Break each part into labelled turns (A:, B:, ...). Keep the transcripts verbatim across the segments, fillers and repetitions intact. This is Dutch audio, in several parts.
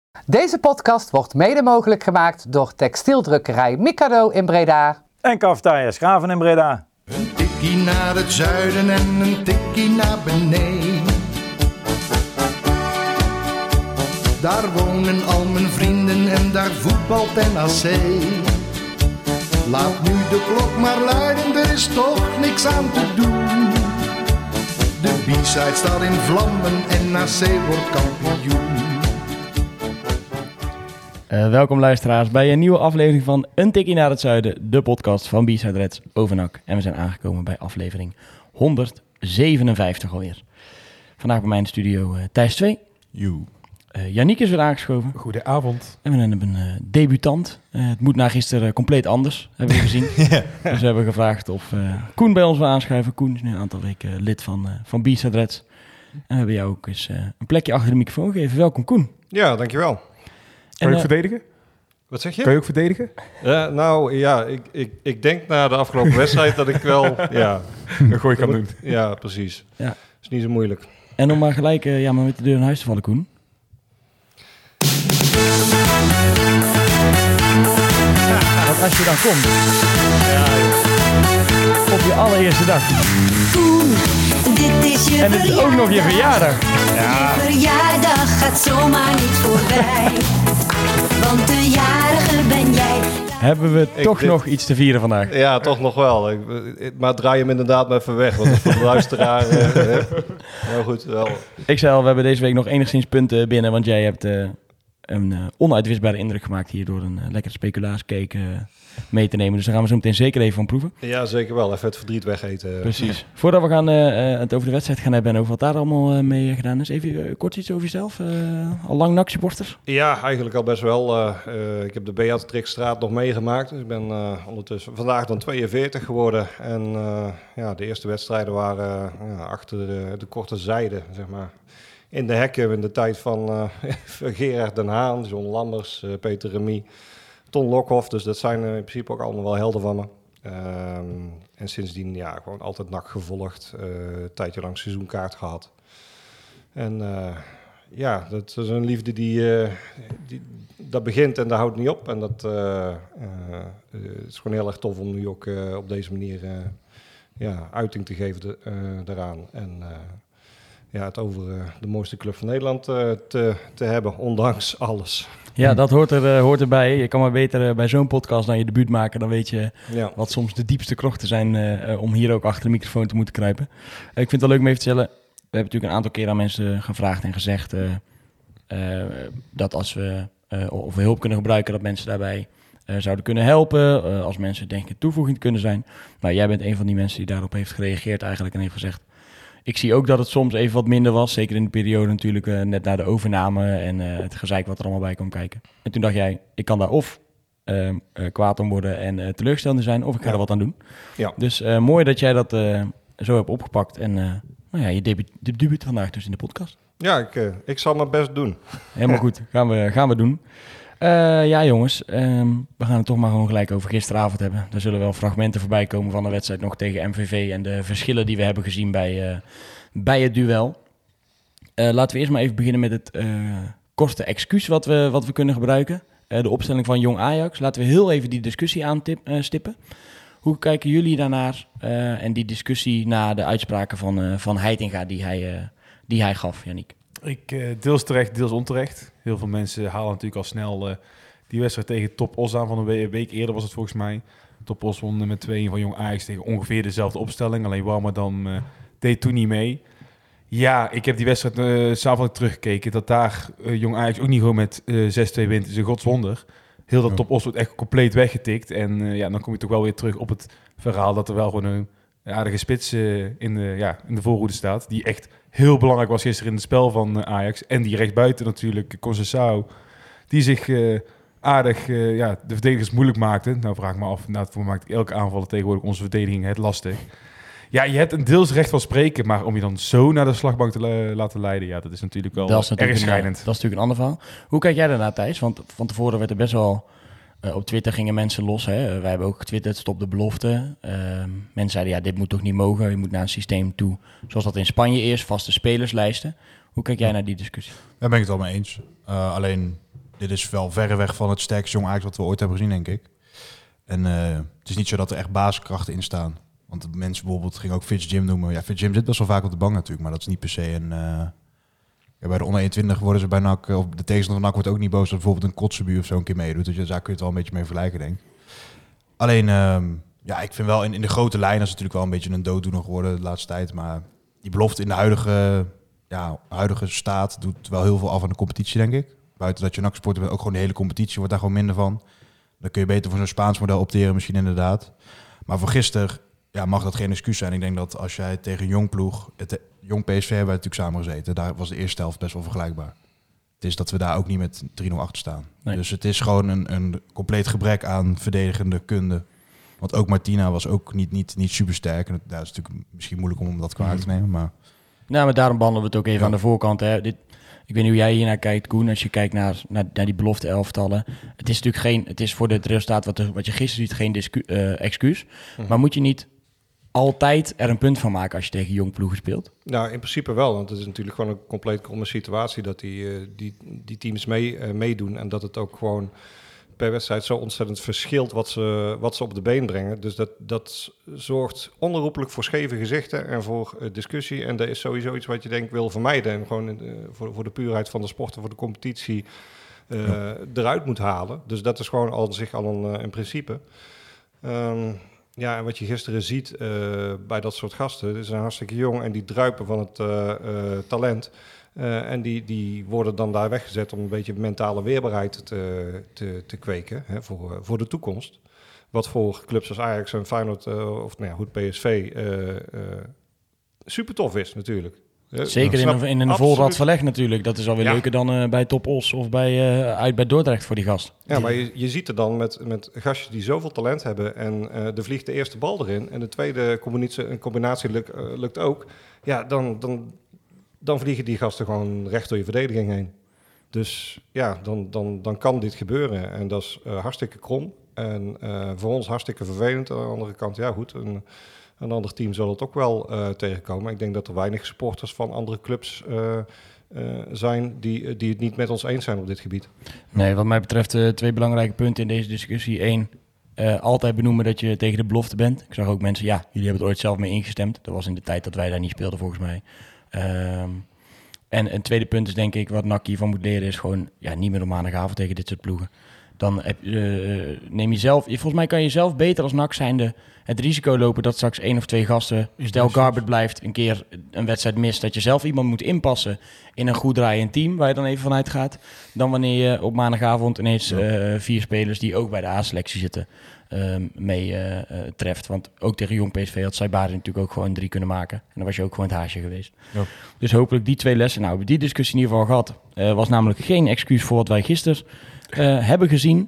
A: Deze podcast wordt mede mogelijk gemaakt door textieldrukkerij Mikado in Breda.
B: En Cafetaria Schraven in Breda.
C: Een tikkie naar het zuiden en een tikkie naar beneden. Daar wonen al mijn vrienden en daar voetbalt N A C. Laat nu de klok maar luiden, er is toch niks aan te doen. De B-side staat in vlammen en N A C wordt kampioen.
D: Uh, welkom luisteraars bij een nieuwe aflevering van Een Tikkie naar het Zuiden, de podcast van B-side Reds over N A C. En we zijn aangekomen bij aflevering honderdzevenenvijftig alweer. Vandaag bij mij in de studio uh, Thijs twee.
E: You.
D: Uh, Yannick is weer aangeschoven.
E: Goedenavond.
D: En we hebben een uh, debutant. Uh, het moet na gisteren uh, compleet anders, hebben we gezien. yeah. Dus we hebben gevraagd of uh, Koen bij ons wil aanschuiven. Koen is nu een aantal weken uh, lid van, uh, van B-side Reds. En we hebben jou ook eens uh, een plekje achter de microfoon gegeven. Welkom Koen.
F: Ja, dankjewel.
E: Kan je ook
D: uh,
E: verdedigen?
F: Wat zeg je?
E: Kan je ook verdedigen?
F: Ja, nou ja, ik, ik, ik denk na de afgelopen wedstrijd dat ik wel ja,
E: een gooi kan doen.
F: Ja, precies.
D: Ja.
F: Is niet zo moeilijk.
D: En om maar gelijk uh, ja, maar met de deur in huis te vallen, Koen. Ja, want als je dan komt, ja, op je allereerste dag.
G: Koen, dit is je
D: en het is ook nog je verjaardag.
G: Ja. Je verjaardag gaat zomaar niet voorbij. Want de jarige ben jij.
D: Hebben we
F: ik
D: toch
F: dit...
D: nog iets te vieren vandaag?
F: Ja, toch nog wel. Ik, ik, maar draai hem inderdaad maar even weg. Want dat is voor de luisteraar. uh, nou goed, wel.
D: Ik zei al, we hebben deze week nog enigszins punten binnen. Want jij hebt uh, een uh, onuitwisbare indruk gemaakt hier door een uh, lekkere speculaarscake uh, mee te nemen. Dus daar gaan we zo meteen zeker even van proeven.
F: Ja, zeker wel. Even het verdriet wegeten.
D: Precies. Voordat we gaan, uh, het over de wedstrijd gaan hebben en over wat daar allemaal uh, mee gedaan is. Even uh, kort iets over jezelf. Uh, al lang N A C-supporter?
F: Ja, eigenlijk al best wel. Uh, uh, ik heb de Beatrixstraat nog meegemaakt. Dus ik ben uh, ondertussen vandaag dan tweeënveertig geworden. En uh, ja, de eerste wedstrijden waren uh, ja, achter de, de korte zijde, zeg maar. In de hekken in de tijd van uh, Gerard Den Haan, John Lammers, uh, Peter Remy, Ton Lokhoff. Dus dat zijn uh, in principe ook allemaal wel helden van me. Um, en sindsdien ja, gewoon altijd N A C gevolgd. Uh, een tijdje lang seizoenkaart gehad. En uh, ja, dat is een liefde die, uh, die... Dat begint en dat houdt niet op. En dat uh, uh, uh, is gewoon heel erg tof om nu ook uh, op deze manier uh, ja, uiting te geven de, uh, daaraan. En... Uh, Ja, het over uh, de mooiste club van Nederland uh, te, te hebben, ondanks alles.
D: Ja, dat hoort, er, uh, hoort erbij. Je kan maar beter uh, bij zo'n podcast dan je debuut maken. Dan weet je ja. wat soms de diepste krochten zijn uh, uh, om hier ook achter de microfoon te moeten kruipen. Uh, ik vind het wel leuk om even te stellen. We hebben natuurlijk een aantal keer aan mensen gevraagd en gezegd uh, uh, dat als we, uh, of we hulp kunnen gebruiken, dat mensen daarbij uh, zouden kunnen helpen. Uh, als mensen denken toevoeging te kunnen zijn. Nou, jij bent een van die mensen die daarop heeft gereageerd eigenlijk en heeft gezegd: ik zie ook dat het soms even wat minder was. Zeker in de periode natuurlijk uh, net na de overname en uh, het gezeik wat er allemaal bij kwam kijken. En toen dacht jij, ik kan daar of uh, uh, kwaad om worden en uh, teleurgesteld in zijn, of ik ga ja. er wat aan doen.
F: Ja.
D: Dus uh, mooi dat jij dat uh, zo hebt opgepakt. En uh, nou ja, je debuut, de debuut vandaag dus in de podcast.
F: Ja, ik, uh, ik zal mijn best doen.
D: Helemaal goed, gaan we, gaan we doen. Uh, ja jongens, um, we gaan het toch maar gewoon gelijk over gisteravond hebben. Er zullen wel fragmenten voorbij komen van de wedstrijd nog tegen M V V en de verschillen die we hebben gezien bij, uh, bij het duel. Uh, laten we eerst maar even beginnen met het uh, korte excuus wat we, wat we kunnen gebruiken. Uh, de opstelling van Jong Ajax. Laten we heel even die discussie aanstippen. Uh, Hoe kijken jullie daarnaar uh, en die discussie na de uitspraken van, uh, van Heitinga die hij, uh, die hij gaf, Yannick?
E: Ik uh, deels terecht, deels onterecht. Heel veel mensen halen natuurlijk al snel uh, die wedstrijd tegen Top Os aan van een week eerder was het volgens mij. Top Os won met twee van Jong Ajax tegen ongeveer dezelfde opstelling. Alleen Warmerdam uh, deed toen niet mee. Ja, ik heb die wedstrijd uh, s'avonds teruggekeken. Dat daar uh, Jong Ajax ook niet gewoon met uh, zes twee wint. is een godswonder. Heel dat ja. Top Os wordt echt compleet weggetikt. En uh, ja, dan kom je toch wel weer terug op het verhaal dat er wel gewoon een aardige spits uh, in, de, ja, in de voorhoede staat. Die echt heel belangrijk was gisteren in het spel van uh, Ajax. En die rechtsbuiten natuurlijk, Conceição, die zich uh, aardig uh, ja, de verdedigers moeilijk maakte. Nou vraag ik me af, nou, voor maakt elke aanvaller tegenwoordig onze verdediging het lastig. Ja, je hebt een deels recht van spreken, maar om je dan zo naar de slagbank te le- laten leiden, ja, dat is natuurlijk wel dat is natuurlijk erg schrijnend.
D: Een, dat is natuurlijk een ander verhaal. Hoe kijk jij daarnaar, Thijs? Want van tevoren werd er best wel... Uh, op Twitter gingen mensen los. Hè? Uh, wij hebben ook getwitterd, stop de belofte. Uh, mensen zeiden, ja, dit moet toch niet mogen. Je moet naar een systeem toe, zoals dat in Spanje is, vaste spelerslijsten. Hoe kijk jij naar die discussie?
H: Daar ben ik het wel mee eens. Uh, alleen, dit is wel verreweg van het sterkste jong Ajax wat we ooit hebben gezien, denk ik. En uh, het is niet zo dat er echt basiskrachten in staan. Want de mensen bijvoorbeeld gingen ook Fitz Jim noemen. Ja, Fitz Jim zit best wel vaak op de bank natuurlijk, maar dat is niet per se een... Uh, ja, bij de onder eenentwintig worden ze bij N A C, of de tegenstander van N A C wordt ook niet boos dat bijvoorbeeld een Kotzebu of zo een keer meedoet. Dus daar kun je het wel een beetje mee vergelijken, denk ik. Alleen, uh, ja, ik vind wel in, in de grote lijnen is natuurlijk wel een beetje een dooddoener geworden de laatste tijd. Maar die belofte in de huidige, ja, huidige staat doet wel heel veel af aan de competitie, denk ik. Buiten dat je N A C-sporter bent, ook gewoon de hele competitie wordt daar gewoon minder van. Dan kun je beter voor zo'n Spaans model opteren misschien inderdaad. Maar voor gisteren ja, mag dat geen excuus zijn. Ik denk dat als jij tegen een jong ploeg... Het, jong P S V hebben wij natuurlijk samen gezeten. Daar was de eerste helft best wel vergelijkbaar. Het is dat we daar ook niet met drie nul achter staan. Nee. Dus het is gewoon een, een compleet gebrek aan verdedigende kunde. Want ook Martina was ook niet, niet, niet super sterk. En dat is natuurlijk misschien moeilijk om dat kwalijk te nemen. Maar...
D: Nou, maar daarom behandelen we het ook even ja. aan de voorkant. Hè. Dit, ik weet niet hoe jij hier naar kijkt, Koen. Als je kijkt naar, naar, naar die belofte elftallen. Het is natuurlijk geen... Het is voor het resultaat wat, de, wat je gisteren ziet geen discu, uh, excuus. Mm-hmm. Maar moet je niet altijd er een punt van maken als je tegen jong ploegen speelt?
F: Nou, in principe wel. Want het is natuurlijk gewoon een compleet kromme situatie dat die, uh, die, die teams mee, uh, meedoen. En dat het ook gewoon per wedstrijd zo ontzettend verschilt wat ze, wat ze op de been brengen. Dus dat, dat zorgt onherroepelijk voor scheve gezichten en voor uh, discussie. En dat is sowieso iets wat je denk wil vermijden. En gewoon uh, voor, voor de puurheid van de sport en voor de competitie uh, ja. eruit moet halen. Dus dat is gewoon al zich al een, uh, een principe. Um, Ja, en wat je gisteren ziet uh, bij dat soort gasten, die zijn hartstikke jong en die druipen van het uh, uh, talent. Uh, en die, die worden dan daar weggezet om een beetje mentale weerbaarheid te, te, te kweken hè, voor, uh, voor de toekomst. Wat voor clubs als Ajax en Feyenoord, uh, of nou ja, goed, P S V, uh, uh, super tof is natuurlijk.
D: Zeker in een, in een vol rad verleg natuurlijk. Dat is alweer ja. leuker dan uh, bij Top Os of bij, uh, uit bij Dordrecht voor die gast.
F: Ja, maar je, je ziet er dan met, met gastjes die zoveel talent hebben en uh, er vliegt de eerste bal erin en de tweede combinatie, combinatie lukt, uh, lukt ook. Ja, dan, dan, dan vliegen die gasten gewoon recht door je verdediging heen. Dus ja, dan, dan, dan kan dit gebeuren en dat is uh, hartstikke krom. En uh, voor ons hartstikke vervelend. Aan de andere kant, ja goed... Een, Een ander team zal het ook wel uh, tegenkomen. Ik denk dat er weinig supporters van andere clubs uh, uh, zijn die, die het niet met ons eens zijn op dit gebied.
D: Nee, wat mij betreft uh, twee belangrijke punten in deze discussie. Eén, uh, altijd benoemen dat je tegen de belofte bent. Ik zag ook mensen, ja, jullie hebben het ooit zelf mee ingestemd. Dat was in de tijd dat wij daar niet speelden volgens mij. Um, en een tweede punt is denk ik, wat N A C hiervan moet leren, is gewoon ja, niet meer op maandagavond tegen dit soort ploegen. Dan heb, uh, neem je zelf... Volgens mij kan je zelf beter als N A C zijnde het risico lopen dat straks één of twee gasten... Stel Garbert blijft een keer een wedstrijd mist... dat je zelf iemand moet inpassen in een goed draaiend team... waar je dan even vanuit gaat... dan wanneer je op maandagavond ineens ja. uh, vier spelers... die ook bij de A-selectie zitten, uh, mee uh, uh, treft. Want ook tegen jong P S V had Saibari natuurlijk ook gewoon drie kunnen maken. En dan was je ook gewoon het haasje geweest. Ja. Dus hopelijk die twee lessen... Nou, we hebben die discussie in ieder geval gehad. Uh, was namelijk geen excuus voor wat wij gisteren... Uh, hebben gezien.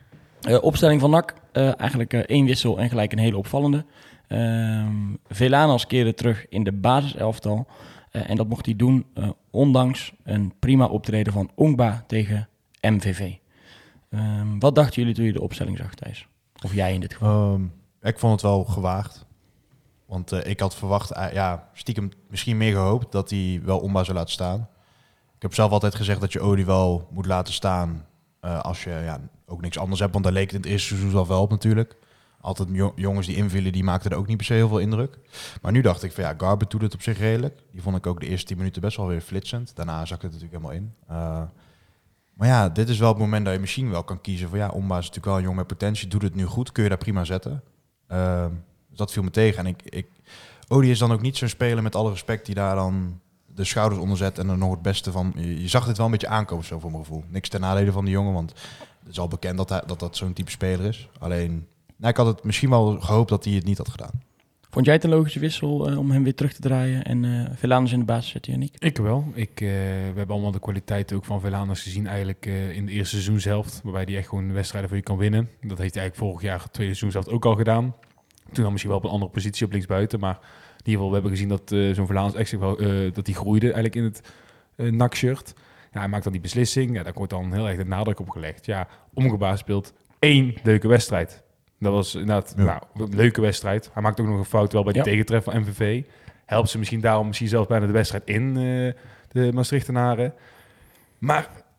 D: Uh, opstelling van N A C. Uh, eigenlijk uh, één wissel en gelijk een hele opvallende. Uh, Velanas keerde terug in de basiselftal. Uh, en dat mocht hij doen uh, ondanks een prima optreden van Ongba tegen M V V. Uh, wat dachten jullie toen je de opstelling zag, Thijs? Of jij in dit geval?
H: Um, ik vond het wel gewaagd. Want uh, ik had verwacht, uh, ja, stiekem misschien meer gehoopt... dat hij wel Ongba zou laten staan. Ik heb zelf altijd gezegd dat je Odi wel moet laten staan... Uh, als je ja, ook niks anders hebt, want daar leek het in het eerste seizoen zelf wel op natuurlijk. Altijd jo- jongens die invielen, die maakten er ook niet per se heel veel indruk. Maar nu dacht ik van ja, Garbert doet het op zich redelijk. Die vond ik ook de eerste tien minuten best wel weer flitsend. Daarna zakte het natuurlijk helemaal in. Uh, maar ja, dit is wel het moment dat je misschien wel kan kiezen van ja, Ongba is natuurlijk wel een jongen met potentie. Doet het nu goed, kun je daar prima zetten. Uh, dus dat viel me tegen. En ik, ik, Odi is dan ook niet zo'n speler met alle respect die daar dan... de schouders onderzet en er nog het beste van... Je, je zag dit wel een beetje aankomen, zo voor mijn gevoel. Niks ten nadele van die jongen, want het is al bekend dat hij, dat, dat zo'n type speler is. Alleen, nou, ik had het misschien wel gehoopt dat hij het niet had gedaan.
D: Vond jij het een logische wissel uh, om hem weer terug te draaien en uh, Velanas in de basis zetten, Yannick?
E: Ik wel. Ik, uh, we hebben allemaal de kwaliteiten ook van Velanas gezien eigenlijk uh, in de eerste seizoenshelft, waarbij hij echt gewoon wedstrijden voor je kan winnen. Dat heeft hij eigenlijk vorig jaar, het tweede seizoenshelft, ook al gedaan. Toen dan misschien wel op een andere positie op linksbuiten, maar... In ieder geval, we hebben gezien dat uh, zo'n Velanas echt wel, uh, dat hij groeide eigenlijk in het uh, N A C-shirt. Ja, hij maakt dan die beslissing. Ja, daar wordt dan heel erg de nadruk op gelegd. Ja, Ongba speelt één leuke wedstrijd. Dat was inderdaad ja. nou, een leuke wedstrijd. Hij maakt ook nog een fout wel bij de ja. tegentref van M V V. Helpt ze misschien daarom misschien zelfs bijna de wedstrijd in, uh, de Maastrichtenaren. Maar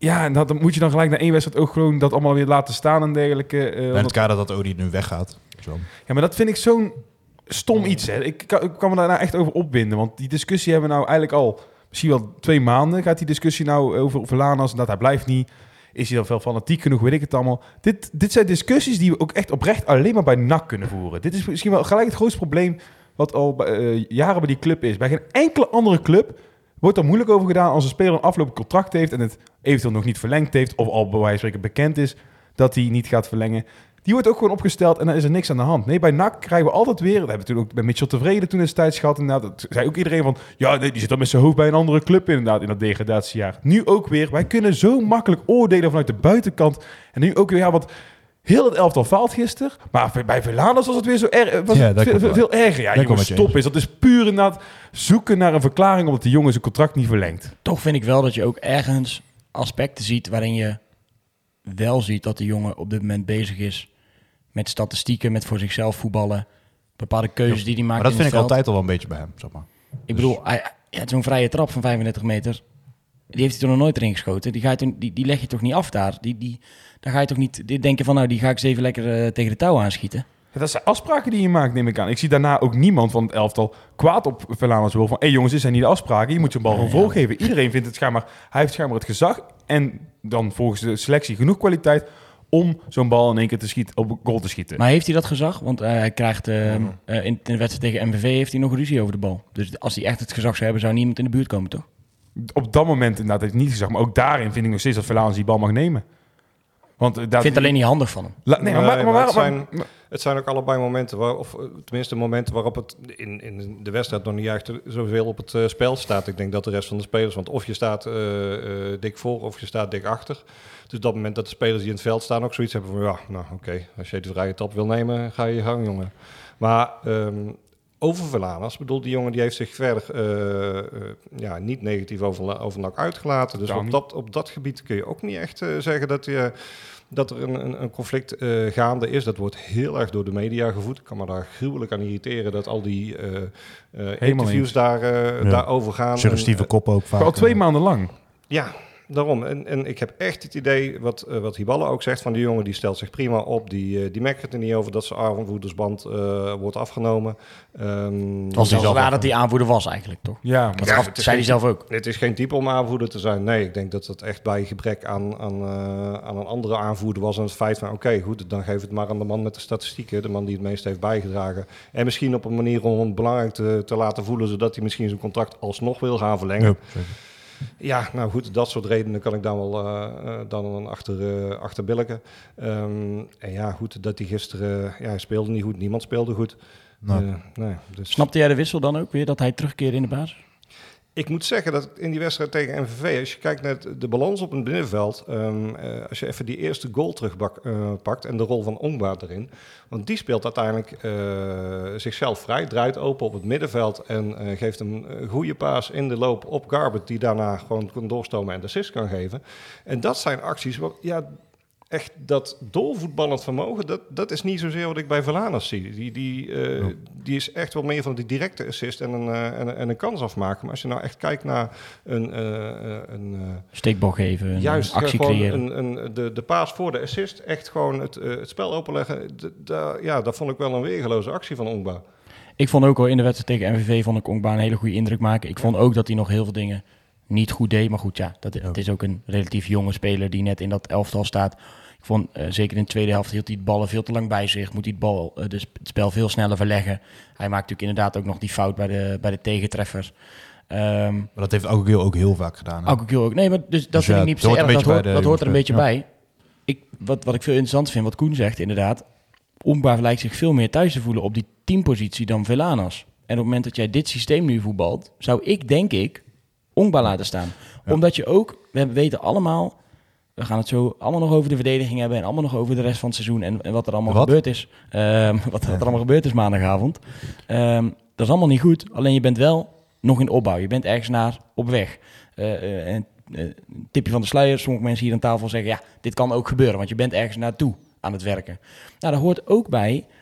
E: Ja, en dat, dan moet je dan gelijk na één wedstrijd ook gewoon dat allemaal weer laten staan en dergelijke. Uh,
H: En het
E: omdat...
H: kader dat Odi nu weggaat. Zo.
E: Ja, maar dat vind ik zo'n stom iets. Hè. Ik, kan, ik kan me daar nou echt over opwinden. Want die discussie hebben we nou eigenlijk al misschien wel twee maanden. Gaat die discussie nou over Verlanas en dat hij blijft niet. Is hij dan wel fanatiek genoeg, weet ik het allemaal. Dit, dit zijn discussies die we ook echt oprecht alleen maar bij N A C kunnen voeren. Dit is misschien wel gelijk het grootste probleem wat al uh, jaren bij die club is. Bij geen enkele andere club wordt er moeilijk over gedaan als een speler een aflopend contract heeft en het eventueel nog niet verlengd heeft of al bij wijze van spreken bekend is dat hij niet gaat verlengen. Die wordt ook gewoon opgesteld en dan is er niks aan de hand. Nee, bij N A C krijgen we altijd weer... Dat hebben we toen ook bij Mitchell Tevreden toen destijds gehad. Inderdaad, dat zei ook iedereen van... Ja, nee, die zit dan met zijn hoofd bij een andere club inderdaad in dat degradatiejaar. Nu ook weer. Wij kunnen zo makkelijk oordelen vanuit de buitenkant. En nu ook weer... Ja, want heel het elftal faalt gisteren. Maar bij Verlanas was het weer zo erg. Was
H: Ja,
E: het
H: dat
E: veel,
H: klopt
E: veel erger. Ja,
H: Dat
E: jongens,
H: kom ik
E: stop is. Dat is puur inderdaad zoeken naar een verklaring... omdat de jongen zijn contract niet verlengt.
D: Toch vind ik wel dat je ook ergens aspecten ziet... waarin je wel ziet dat de jongen op dit moment bezig is... met statistieken, met voor zichzelf voetballen. Bepaalde keuzes die hij maakt.
H: Maar dat
D: in
H: vind ik
D: het veld.
H: altijd al wel een beetje bij hem, zeg maar.
D: Ik bedoel, hij, hij had zo'n vrije trap van vijfendertig meter. Die heeft hij toch nog nooit erin geschoten. Die, ga je toen, die, die leg je toch niet af daar. Die, die, daar ga je toch niet die denken van, nou, die ga ik eens even lekker uh, tegen de touw aanschieten.
E: Ja, dat zijn afspraken die je maakt, neem ik aan. Ik zie daarna ook niemand van het elftal kwaad op Verlanas wil van... hé hey jongens, dit zijn niet de afspraken, je moet je bal gewoon
D: Ja, ja.
E: volgeven. Iedereen vindt het schijnbaar... Hij heeft schijnbaar het gezag en dan volgens de selectie genoeg kwaliteit... om zo'n bal in één keer te schieten, op goal te schieten.
D: Maar heeft hij dat gezag? Want uh, hij krijgt uh, uh, in de wedstrijd tegen M V V heeft hij nog ruzie over de bal. Dus als hij echt het gezag zou hebben, zou niemand in de buurt komen, toch?
E: Op dat moment inderdaad heeft hij niet gezag. Maar ook daarin vind ik nog steeds dat Verlanas die bal mag nemen. Want, uh,
D: Ik vind het alleen niet handig van hem.
E: La, nee, maar,
F: Nee,
E: maar,
F: maar
E: maar,
F: het
E: maar,
F: zijn-
E: maar-
F: Het zijn ook allebei momenten, waar, of eh, tenminste momenten waarop het in, in de wedstrijd nog niet echt zoveel op het uh, spel staat. Ik denk dat de rest van de spelers, want of je staat uh, uh, dik voor of je staat dik achter. Dus op dat moment dat de spelers die in het veld staan ook zoiets hebben van, ja, nou oké, okay, als je de vrije trap wil nemen, ga je je gang, jongen. Maar um, over Verlanas, bedoel, die jongen die heeft zich verder uh, uh, ja, niet negatief over, over N A C uitgelaten. Dus op dat, op dat gebied kun je ook niet echt uh, zeggen dat je... Dat er een, een, een conflict uh, gaande is. Dat wordt heel erg door de media gevoed. Ik kan me daar gruwelijk aan irriteren dat al die uh, uh, interviews daar, uh,
H: Ja.
F: daarover gaan.
H: Suggestieve
F: En, uh,
H: kop ook vaak.
E: al twee
H: eh.
E: maanden lang.
F: Ja, daarom. En, en ik heb echt het idee, wat, uh, wat Hiballa ook zegt, van die jongen die stelt zich prima op. Die, uh, die mekkert er niet over dat zijn aanvoerdersband uh, wordt afgenomen. Um,
D: Het was
H: hij
D: zelfs
H: zelf
D: raar
H: ook.
D: dat hij aanvoerder was eigenlijk, toch?
E: Ja,
D: Dat
F: Ja,
D: gaf-
F: het is
D: zei hij
F: geen-
D: zelf ook.
F: Het is geen type om aanvoerder te zijn. Nee, ik denk dat het echt bij gebrek aan, aan, uh, aan een andere aanvoerder was. En het feit van, oké, okay, goed, dan geef het maar aan de man met de statistieken. De man die het meest heeft bijgedragen. En misschien op een manier om hem belangrijk te, te laten voelen, zodat hij misschien zijn contract alsnog wil gaan verlengen.
H: Ja, zeker.
F: Ja, nou goed, dat soort redenen kan ik dan wel uh, uh, dan achter, uh, achter billiken. Um, en ja, goed, dat hij gisteren, uh, ja, hij speelde niet goed. Niemand speelde goed.
H: Nou.
F: Uh, nee, dus...
D: Snapte jij de wissel dan ook weer, dat hij terugkeerde in de basis?
F: Ik moet zeggen dat in die wedstrijd tegen M V V, als je kijkt naar het- de balans op het middenveld, um, uh, als je even die eerste goal terugpakt uh, pakt en de rol van Ongba erin, want die speelt uiteindelijk uh, zichzelf vrij, draait open op het middenveld en uh, geeft een uh, goede paas in de loop op Garbert, die daarna gewoon kan doorstomen en de assist kan geven. En dat zijn acties, wat, ja, echt dat doorvoetballend vermogen, dat, dat is niet zozeer wat ik bij Verlanas zie. Die, die, uh,
H: Ja.
F: die is echt wel meer van die directe assist en een, uh, en, en een kans afmaken. Maar als je nou echt kijkt naar een... Uh, een uh,
D: Steekbal geven, een
F: juist
D: actie
F: gewoon
D: creëren.
F: een, een, de, de paas voor de assist, echt gewoon het, uh, het spel openleggen. D- da, ja, dat vond ik wel een weergeloze actie van Ongba.
D: Ik vond ook al in de wedstrijd tegen M V V vond ik Ongba een hele goede indruk maken. Ik vond ook dat hij nog heel veel dingen niet goed deed. Maar goed, ja, dat, het is ook een relatief jonge speler die net in dat elftal staat. Ik vond, uh, zeker in de tweede helft, hield hij de ballen veel te lang bij zich. Moet hij het, bal, uh, dus het spel veel sneller verleggen. Hij maakt natuurlijk inderdaad ook nog die fout bij de, bij de tegentreffer. Um,
H: Maar dat heeft Agogiel ook heel vaak gedaan. hè?
D: Agogiel ook. Nee, maar dus dat
H: Dus
D: vind
H: ja,
D: ik niet
H: het
D: per se
H: hoort
D: erg.
H: een
D: Dat
H: beetje
D: hoort,
H: bij de
D: dat hoort er een beetje
H: jongens,
D: bij. Ik, wat, wat ik veel interessant vind, wat Koen zegt inderdaad. Ongba lijkt zich veel meer thuis te voelen op die teampositie dan Verlanas. En op het moment dat jij dit systeem nu voetbalt, zou ik denk ik Ongba laten staan.
H: Ja.
D: Omdat je ook, we weten allemaal, we gaan het zo allemaal nog over de verdediging hebben en allemaal nog over de rest van het seizoen en, en wat er allemaal
H: Wat?
D: gebeurd is. Um, wat, wat er allemaal gebeurd is maandagavond. Um, dat is allemaal niet goed, alleen je bent wel nog in opbouw. Je bent ergens naar op weg. Uh, uh, en uh, een tipje van de sluier. Sommige mensen hier aan tafel zeggen, ja, dit kan ook gebeuren, want je bent ergens naartoe aan het werken. Nou, daar hoort ook bij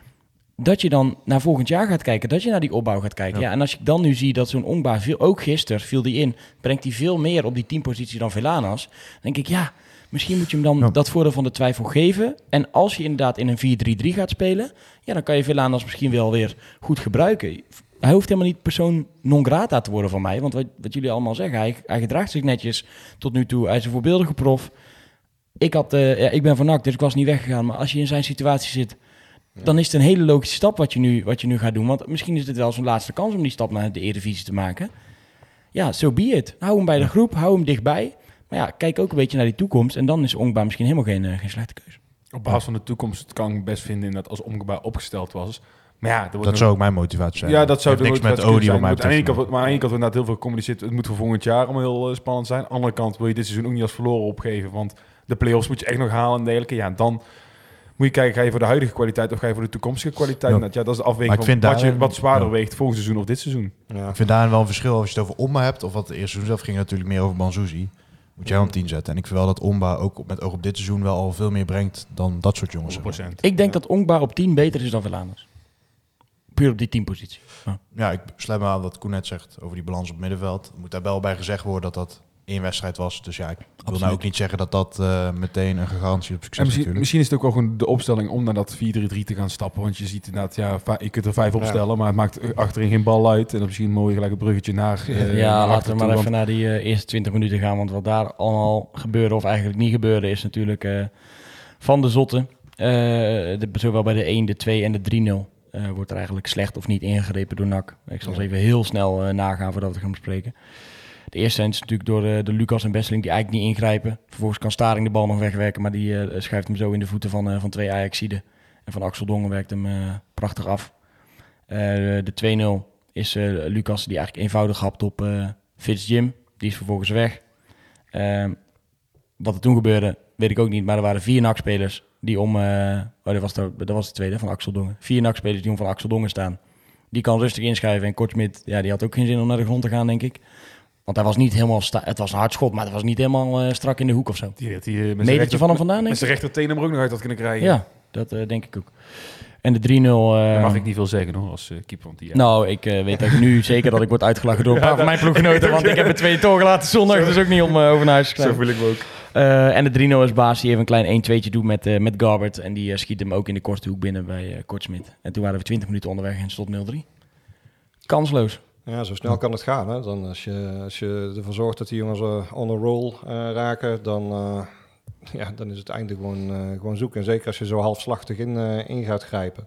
D: dat je dan naar volgend jaar gaat kijken, dat je naar die opbouw gaat kijken. Ja. Ja, en als ik dan nu zie dat zo'n Ongba, veel, ook gisteren viel die in, brengt hij veel meer op die teampositie dan Velanas, dan denk ik, ja, misschien moet je hem dan ja. dat voordeel van de twijfel geven. En als je inderdaad in een vier drie drie gaat spelen, ja, dan kan je Velanas misschien wel weer goed gebruiken. Hij hoeft helemaal niet persoon non grata te worden van mij, want wat, wat jullie allemaal zeggen, hij, hij gedraagt zich netjes tot nu toe, hij is een voorbeeldige prof. Ik, had, uh, ja, ik ben van N A C, dus ik was niet weggegaan, maar als je in zijn situatie zit, ja. dan is het een hele logische stap wat je, nu, wat je nu gaat doen. Want misschien is dit wel zijn laatste kans om die stap naar de Eredivisie te maken. Ja, so be it. Hou hem bij de groep, hou hem dichtbij. Maar ja, kijk ook een beetje naar die toekomst. En dan is Ongba misschien helemaal geen, uh, geen slechte keuze.
E: Op basis van de toekomst kan ik best vinden dat als Ongba opgesteld was. Maar ja,
H: dat nog... zou ook mijn motivatie zijn.
E: Ja, dat zou de
H: niks met Odi van mij
E: betreft. Aan de ene kant, maar aan de ene kant wordt inderdaad heel veel gecommuniceerd. Het moet voor volgend jaar allemaal heel uh, spannend zijn. Aan de andere kant wil je dit seizoen ook niet als verloren opgeven. Want de play-offs moet je echt nog halen en dergelijke. Ja, dan moet je kijken, ga je voor de huidige kwaliteit of ga je voor de toekomstige kwaliteit? Ja, ja dat is de afweging van wat, je, wat zwaarder ja. weegt volgend seizoen of dit seizoen.
H: Ja. Ik vind daar wel een verschil als je het over Ongba hebt. Of wat het eerste seizoen zelf ging natuurlijk meer over Banzuzi. Moet jij hem tien zetten. En ik vind wel dat Ongba ook met oog op dit seizoen wel al veel meer brengt dan dat soort jongens.
E: honderd procent.
D: Ik denk ja. dat Ongba op tien beter is dan Velanas. Puur op die teampositie.
H: Ja. ja, ik sluit me aan wat Koen net zegt over die balans op middenveld. Er moet daar wel bij gezegd worden dat dat één wedstrijd was. Dus ja, ik Absoluut. wil nou ook niet zeggen dat dat uh, meteen een garantie op succes is.
E: Misschien, misschien is het ook wel gewoon de opstelling om naar dat vier drie drie te gaan stappen. Want je ziet inderdaad, ja, je kunt er vijf opstellen, ja. maar het maakt achterin geen bal uit. En dan misschien mooi gelijk een bruggetje naar uh,
D: Ja,
E: naar
D: laten we maar want... even naar die uh, eerste twintig minuten gaan. Want wat daar allemaal gebeurde, of eigenlijk niet gebeurde, is natuurlijk uh, van de zotte. Uh, de, zowel bij de één, de twee en de drie nul. Uh, wordt er eigenlijk slecht of niet ingegrepen door N A C. Ik zal ja. eens even heel snel uh, nagaan voordat we gaan bespreken. De eerste zijn natuurlijk door uh, de Lucas en Besseling die eigenlijk niet ingrijpen. Vervolgens kan Staring de bal nog wegwerken, maar die uh, schuift hem zo in de voeten van, uh, van twee Ajaxiden. En van Axel Dongen werkt hem uh, prachtig af. Uh, de twee nul is uh, Lucas die eigenlijk eenvoudig hapt op uh, Fitz Jim. Die is vervolgens weg. Uh, wat er toen gebeurde, weet ik ook niet, maar er waren vier N A C-spelers die om... Uh, oh, dat was, de, dat was de tweede, van Axel Dongen. Vier N A C-spelers die om van Axel Dongen staan. Die kan rustig inschuiven. En Kortsmit, ja, die had ook geen zin om naar de grond te gaan, denk ik. Want hij was niet helemaal... Sta- het was een hard schot, maar het was niet helemaal uh, strak in de hoek of zo.
E: Die had hij uh,
D: metertje van hem vandaan, denk ik.
E: Met zijn rechterteen hem er ook nog uit had kunnen krijgen.
D: Ja, dat uh, denk ik ook. En de drie nul... Uh,
E: Daar mag ik niet veel zeggen, hoor, als uh, keeper. Want die, ja.
D: Nou, ik uh, weet dat nu zeker dat ik word uitgelachen door een paar ja, van mijn ploeggenoten. Want ik heb er twee toegelaten zondag, dus ook niet om uh, over naar huis te schrijven.
E: Zo voel ik me ook.
D: Uh, en de drie nul is Baas die even een klein één-tweetje doet met, uh, met Garbert. En die uh, schiet hem ook in de korte hoek binnen bij uh, Kortsmit. En toen waren we twintig minuten onderweg en stond nul drie. Kansloos.
F: Ja, zo snel kan het gaan. Hè? Dan als, je, als je ervoor zorgt dat die jongens uh, on a roll uh, raken, dan, uh, ja, dan is het einde gewoon, uh, gewoon zoeken. En zeker als je zo halfslachtig in, uh, in gaat grijpen.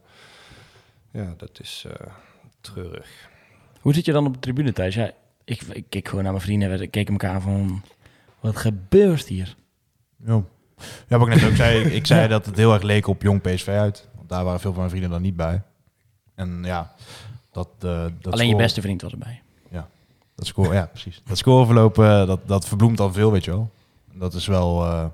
F: Ja, dat is uh, treurig.
D: Hoe zit je dan op de tribune thuis? Ja, ik, ik keek gewoon naar mijn vrienden en we keken elkaar van... Wat gebeurt hier?
H: Ja, ja wat ik net ook zei. Ik zei dat het heel erg leek op jong P S V uit. Want daar waren veel van mijn vrienden dan niet bij. En ja... Dat, uh, dat
D: Alleen
H: score...
D: je beste vriend was erbij.
H: Ja, dat score, ja precies. Dat scoreverloop, uh, dat, dat verbloemt dan veel, weet je wel. Dat is wel uh,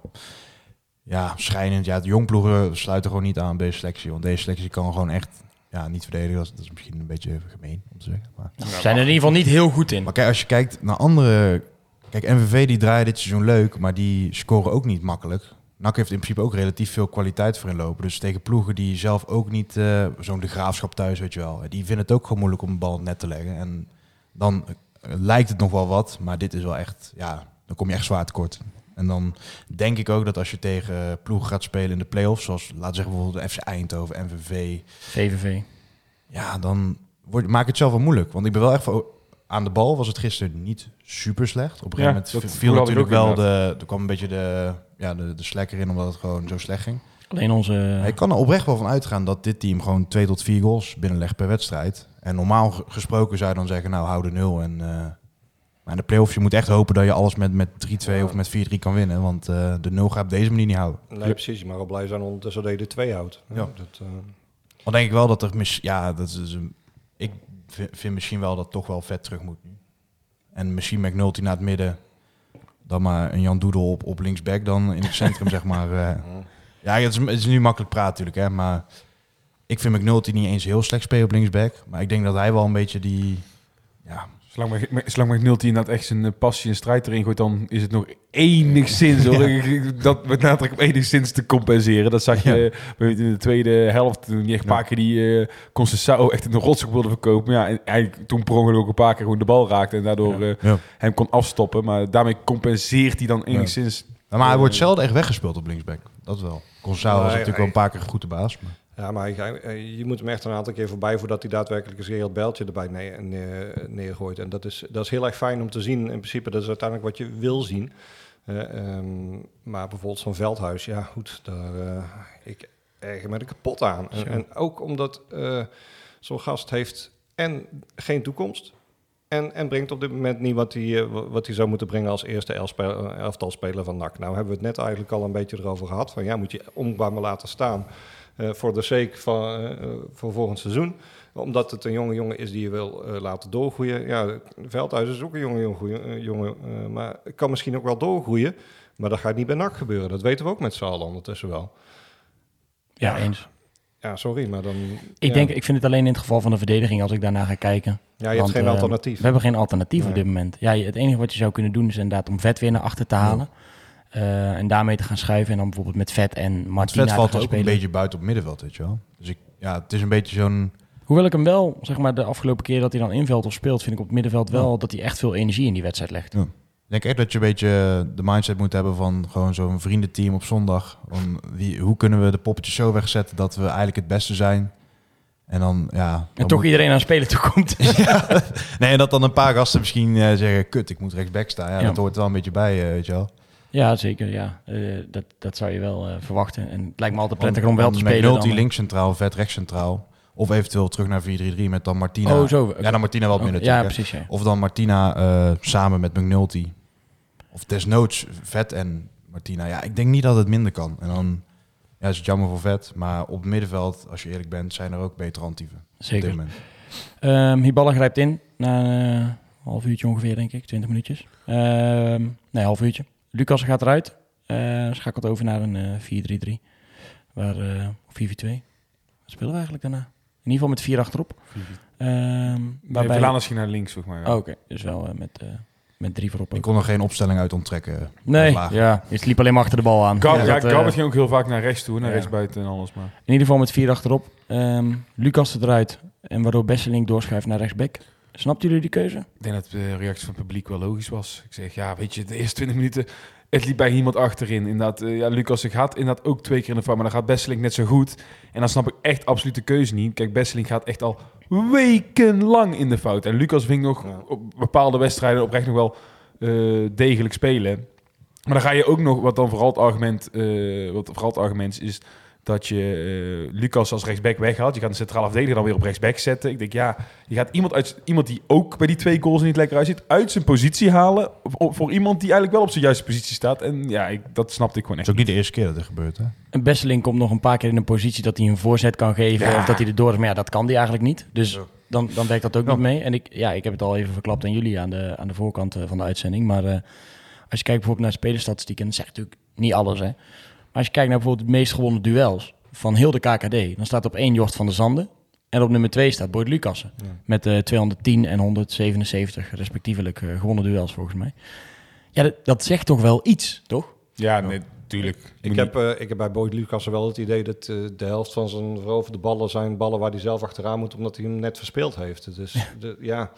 H: ja, schrijnend. Ja, de jongploegen sluiten gewoon niet aan deze selectie. Want deze selectie kan gewoon echt ja, niet verdedigen. Dat is, dat is misschien een beetje gemeen om te zeggen. Maar...
D: Nou, we zijn er in ieder geval niet heel goed in.
H: Maar kijk, als je kijkt naar andere... Kijk, M V V die draaien dit seizoen leuk, maar die scoren ook niet makkelijk. N A C heeft in principe ook relatief veel kwaliteit voor inlopen. Dus tegen ploegen die zelf ook niet... Uh, zo'n De Graafschap thuis, weet je wel. Die vinden het ook gewoon moeilijk om de bal net te leggen. En dan uh, lijkt het nog wel wat. Maar dit is wel echt... Ja, dan kom je echt zwaar tekort. En dan denk ik ook dat als je tegen ploegen gaat spelen in de play-offs... zoals, laten we zeggen, bijvoorbeeld de F C Eindhoven, M V V...
D: V V V.
H: Ja, dan wordt, maak het zelf wel moeilijk. Want ik ben wel echt... Voor, aan de bal was het gisteren niet super slecht. Op een gegeven ja, moment viel natuurlijk wel de... Er kwam een beetje de... Ja, de, de slekker in, omdat het gewoon zo slecht ging.
D: Alleen onze...
H: Ik kan er oprecht wel van uitgaan dat dit team gewoon twee tot vier goals binnenlegt per wedstrijd. En normaal gesproken zou je dan zeggen, nou, hou de nul. En, uh, maar in de play-offs, je moet echt hopen dat je alles met, met drie twee ja. of met vier drie kan winnen. Want uh, de nul gaat op deze manier niet houden.
F: Nee, precies. Maar al blij zijn ondertussen dat je de twee houdt.
H: Ja.
F: Dat, uh...
H: Dan denk ik wel dat er... Mis, ja, dat is een, ik vind, vind misschien wel dat het toch wel vet terug moet nu. En misschien McNulty naar het midden... Dan maar een Jan Doedel op, op linksback dan in het centrum, zeg maar. Uh. Ja, het is, het is nu makkelijk praten natuurlijk, hè. Maar ik vind McNulty niet eens heel slecht spelen op linksback. Maar ik denk dat hij wel een beetje die... Ja,
E: Zolang Mc- zolang McNulty inderdaad echt zijn passie en strijd erin gooit, dan is het nog enigszins, hoor. Dat met nadruk op enigszins te compenseren. Dat zag je ja. in de tweede helft, toen hij echt een paar keer die uh, Conceição echt in de rotzooi wilde verkopen. Ja, en hij toen per ongeluk ook een paar keer gewoon de bal raakte en daardoor ja. Uh, ja. hem kon afstoppen. Maar daarmee compenseert hij dan enigszins.
H: Ja. Maar hij wordt zelden echt weggespeeld op linksback. Dat wel. Conceição was natuurlijk hij, wel een paar keer goed de baas. Maar...
F: Ja, maar je, je moet hem echt een aantal keer voorbij voordat hij daadwerkelijk een heel bijltje erbij neer, neer, neergooit. En dat is, dat is heel erg fijn om te zien. In principe, dat is uiteindelijk wat je wil zien. Uh, um, maar bijvoorbeeld zo'n Veldhuis, ja goed, daar uh, ik erger me er kapot aan. En, en ook omdat uh, zo'n gast heeft en geen toekomst en, en brengt op dit moment niet wat hij, uh, wat hij zou moeten brengen als eerste elfspel, elftalspeler van N A C. Nou hebben we het net eigenlijk al een beetje erover gehad. Van ja, moet je ombaar maar laten staan uh, voor de sake van uh, voor volgend seizoen. Omdat het een jonge jongen is die je wil uh, laten doorgroeien. Ja, Veldhuis is ook een jonge jongen, uh, jongen uh, maar kan misschien ook wel doorgroeien. Maar dat gaat niet bij N A C gebeuren. Dat weten we ook met z'n allen ondertussen wel.
D: Ja, eens.
F: Ja, sorry, maar dan...
D: Ik
F: ja.
D: denk, ik vind het alleen in het geval van de verdediging als ik daarna ga kijken.
F: Ja, je
D: Want,
F: hebt geen
D: uh,
F: alternatief.
D: We hebben geen alternatief
F: nee.
D: op dit moment. Ja, het enige wat je zou kunnen doen is inderdaad om Vet weer naar achter te halen. Ja. Uh, en daarmee te gaan schuiven. En dan bijvoorbeeld met Vet en Martina
H: Vet valt
D: te gaan
H: ook
D: spelen.
H: een beetje buiten op middenveld, weet je wel. Dus ik, ja, het is een beetje zo'n...
D: Hoewel ik hem wel, zeg maar, de afgelopen keer dat hij dan invelt of speelt, vind ik op het middenveld wel ja. dat hij echt veel energie in die wedstrijd legt.
H: Ja. Ik denk echt dat je een beetje de mindset moet hebben van gewoon zo'n vriendenteam op zondag. Om wie, hoe kunnen we de poppetjes zo wegzetten dat we eigenlijk het beste zijn? En dan, ja... Dan
D: en toch
H: moet...
D: iedereen aan spelen toekomt.
H: ja. Nee, en dat dan een paar gasten misschien uh, zeggen, kut, ik moet rechtsback staan. Ja, ja. Dat hoort er wel een beetje bij, uh, weet je wel.
D: Ja, zeker, ja. Uh, dat, dat zou je wel uh, verwachten. En het lijkt me altijd prettig om wel te spelen.
H: McNulty dan... links centraal, Vet rechts centraal. Of eventueel terug naar vier drie drie met dan Martina.
D: Oh, zo. Okay.
H: Ja, dan Martina wel
D: oh,
H: minder.
D: Ja, precies. Ja.
H: Of dan Martina uh, samen met McNulty. Of desnoods Vet en Martina. Ja, ik denk niet dat het minder kan. En dan ja, is het jammer voor Vet. Maar op het middenveld, als je eerlijk bent, zijn er ook betere alternatieven.
D: Zeker. Um, Hiballa grijpt in na een uh, half uurtje ongeveer, denk ik. twintig minuutjes. Um, nee, half uurtje. Lucas gaat eruit. Uh, schakelt over naar een uh, vier drie drie. Waar, uh, vier vier twee. Wat spelen we eigenlijk daarna? In ieder geval met vier achterop. Um,
E: waarbij... Verlanes ging naar links, volgens mij. Ja.
D: Oh, Oké, okay. Dus wel uh, met, uh, met drie voorop.
H: Ik kon er geen opstelling uit onttrekken.
D: Nee, ja. Je liep alleen maar achter de bal aan.
E: Gab,
D: ja,
E: ja,
D: dat,
E: Gab
D: uh,
E: ging ook heel vaak naar rechts toe, naar
D: ja.
E: rechts buiten en alles. Maar.
D: In ieder geval met vier achterop. Um, Lucas eruit. En waardoor Besseling doorschuift naar rechtsback. Snapten jullie die keuze?
E: Ik denk dat de reactie van het publiek wel logisch was. Ik zeg, ja, weet je, de eerste twintig minuten... Het liep bij iemand achterin. Inderdaad, uh, ja, Lucas gaat inderdaad ook twee keer in de fout, maar dan gaat Besseling net zo goed. En dan snap ik echt absoluut de keuze niet. Kijk, Besseling gaat echt al wekenlang in de fout. En Lucas ving nog ja. op bepaalde wedstrijden oprecht nog wel uh, degelijk spelen. Maar dan ga je ook nog, wat dan vooral het argument, uh, wat vooral het argument is, dat je uh, Lucas als rechtsback weghaalt. Je gaat een centrale verdediger dan weer op rechtsback zetten. Ik denk, ja, je gaat iemand, uit, iemand die ook bij die twee goals niet lekker uitziet, uit zijn positie halen voor, voor iemand die eigenlijk wel op zijn juiste positie staat. En ja, ik, dat snapte ik gewoon echt.
H: Het is ook niet de eerste keer dat dit gebeurt, hè?
D: En Besseling komt nog een paar keer in een positie dat hij een voorzet kan geven ja. of dat hij er door is. Maar ja, dat kan hij eigenlijk niet. Dus ja. dan, dan werkt dat ook ja. niet mee. En ik, ja, ik heb het al even verklapt aan jullie aan de, aan de voorkant uh, van de uitzending. Maar uh, als je kijkt bijvoorbeeld naar spelerstatistieken, dan zegt natuurlijk niet alles, hè. Maar als je kijkt naar bijvoorbeeld de meest gewonnen duels van heel de K K D, dan staat op één Jort van der Zanden. En op nummer twee staat Boyd Lucassen. Ja. Met uh, tweehonderdtien en honderdzevenenzeventig respectievelijk uh, gewonnen duels volgens mij. Ja, dat, dat zegt toch wel iets, toch?
E: Ja, nee, tuurlijk.
F: Ik heb, uh, ik heb bij Boyd Lucassen wel het idee dat uh, de helft van zijn veroverde ballen zijn ballen waar hij zelf achteraan moet, omdat hij hem net verspeeld heeft. Dus ja... De, ja,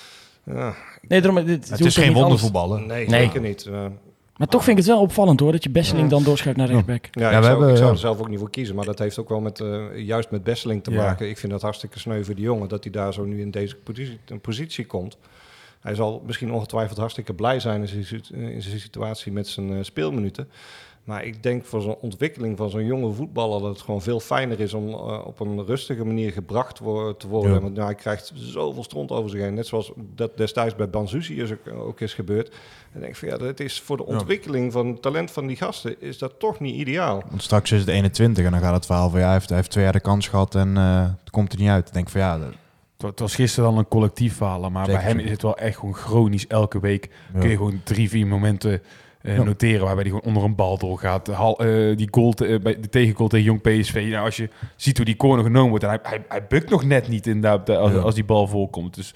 F: ja.
D: Nee, daarom, dit,
H: het is geen wondervoetballen.
F: Nee,
D: nee,
F: zeker niet. Uh,
D: Maar toch vind ik het wel opvallend hoor, dat je Besseling dan doorschuift naar rechtsback.
F: Ja, ja, ik,
H: we
F: zou,
H: hebben,
F: ik zou
H: ja.
F: er zelf ook niet voor kiezen. Maar dat heeft ook wel met uh, juist met Besseling te
E: ja.
F: maken. Ik vind dat hartstikke sneu voor die jongen dat hij daar zo nu in deze positie, in positie komt. Hij zal misschien ongetwijfeld hartstikke blij zijn in zijn, in zijn situatie met zijn uh, speelminuten. Maar ik denk voor zo'n ontwikkeling van zo'n jonge voetballer dat het gewoon veel fijner is om uh, op een rustige manier gebracht wo- te worden. Ja. Want nou, hij krijgt zoveel stront over zich heen. Net zoals dat destijds bij Banzuzi is ook, ook is gebeurd. En dan denk ik van ja, dat is voor de ontwikkeling ja. van het talent van die gasten is dat toch niet ideaal.
H: Want straks is het eenentwintig en dan gaat het verhaal van ja, hij heeft, hij heeft twee jaar de kans gehad en uh, het komt er niet uit. Ik denk van ja... Dat...
E: Het was gisteren al een collectief verhaal, maar Zeker. Bij hem is het wel echt gewoon chronisch. Elke week ja. kun je gewoon drie, vier momenten uh, ja. noteren waarbij hij gewoon onder een bal doorgaat. Hal, uh, die goal te, uh, bij de tegengoal tegen Jong P S V. Nou, als je ziet hoe die corner genomen wordt, en hij, hij, hij bukt nog net niet inderdaad als, ja. als die bal voorkomt. Dus het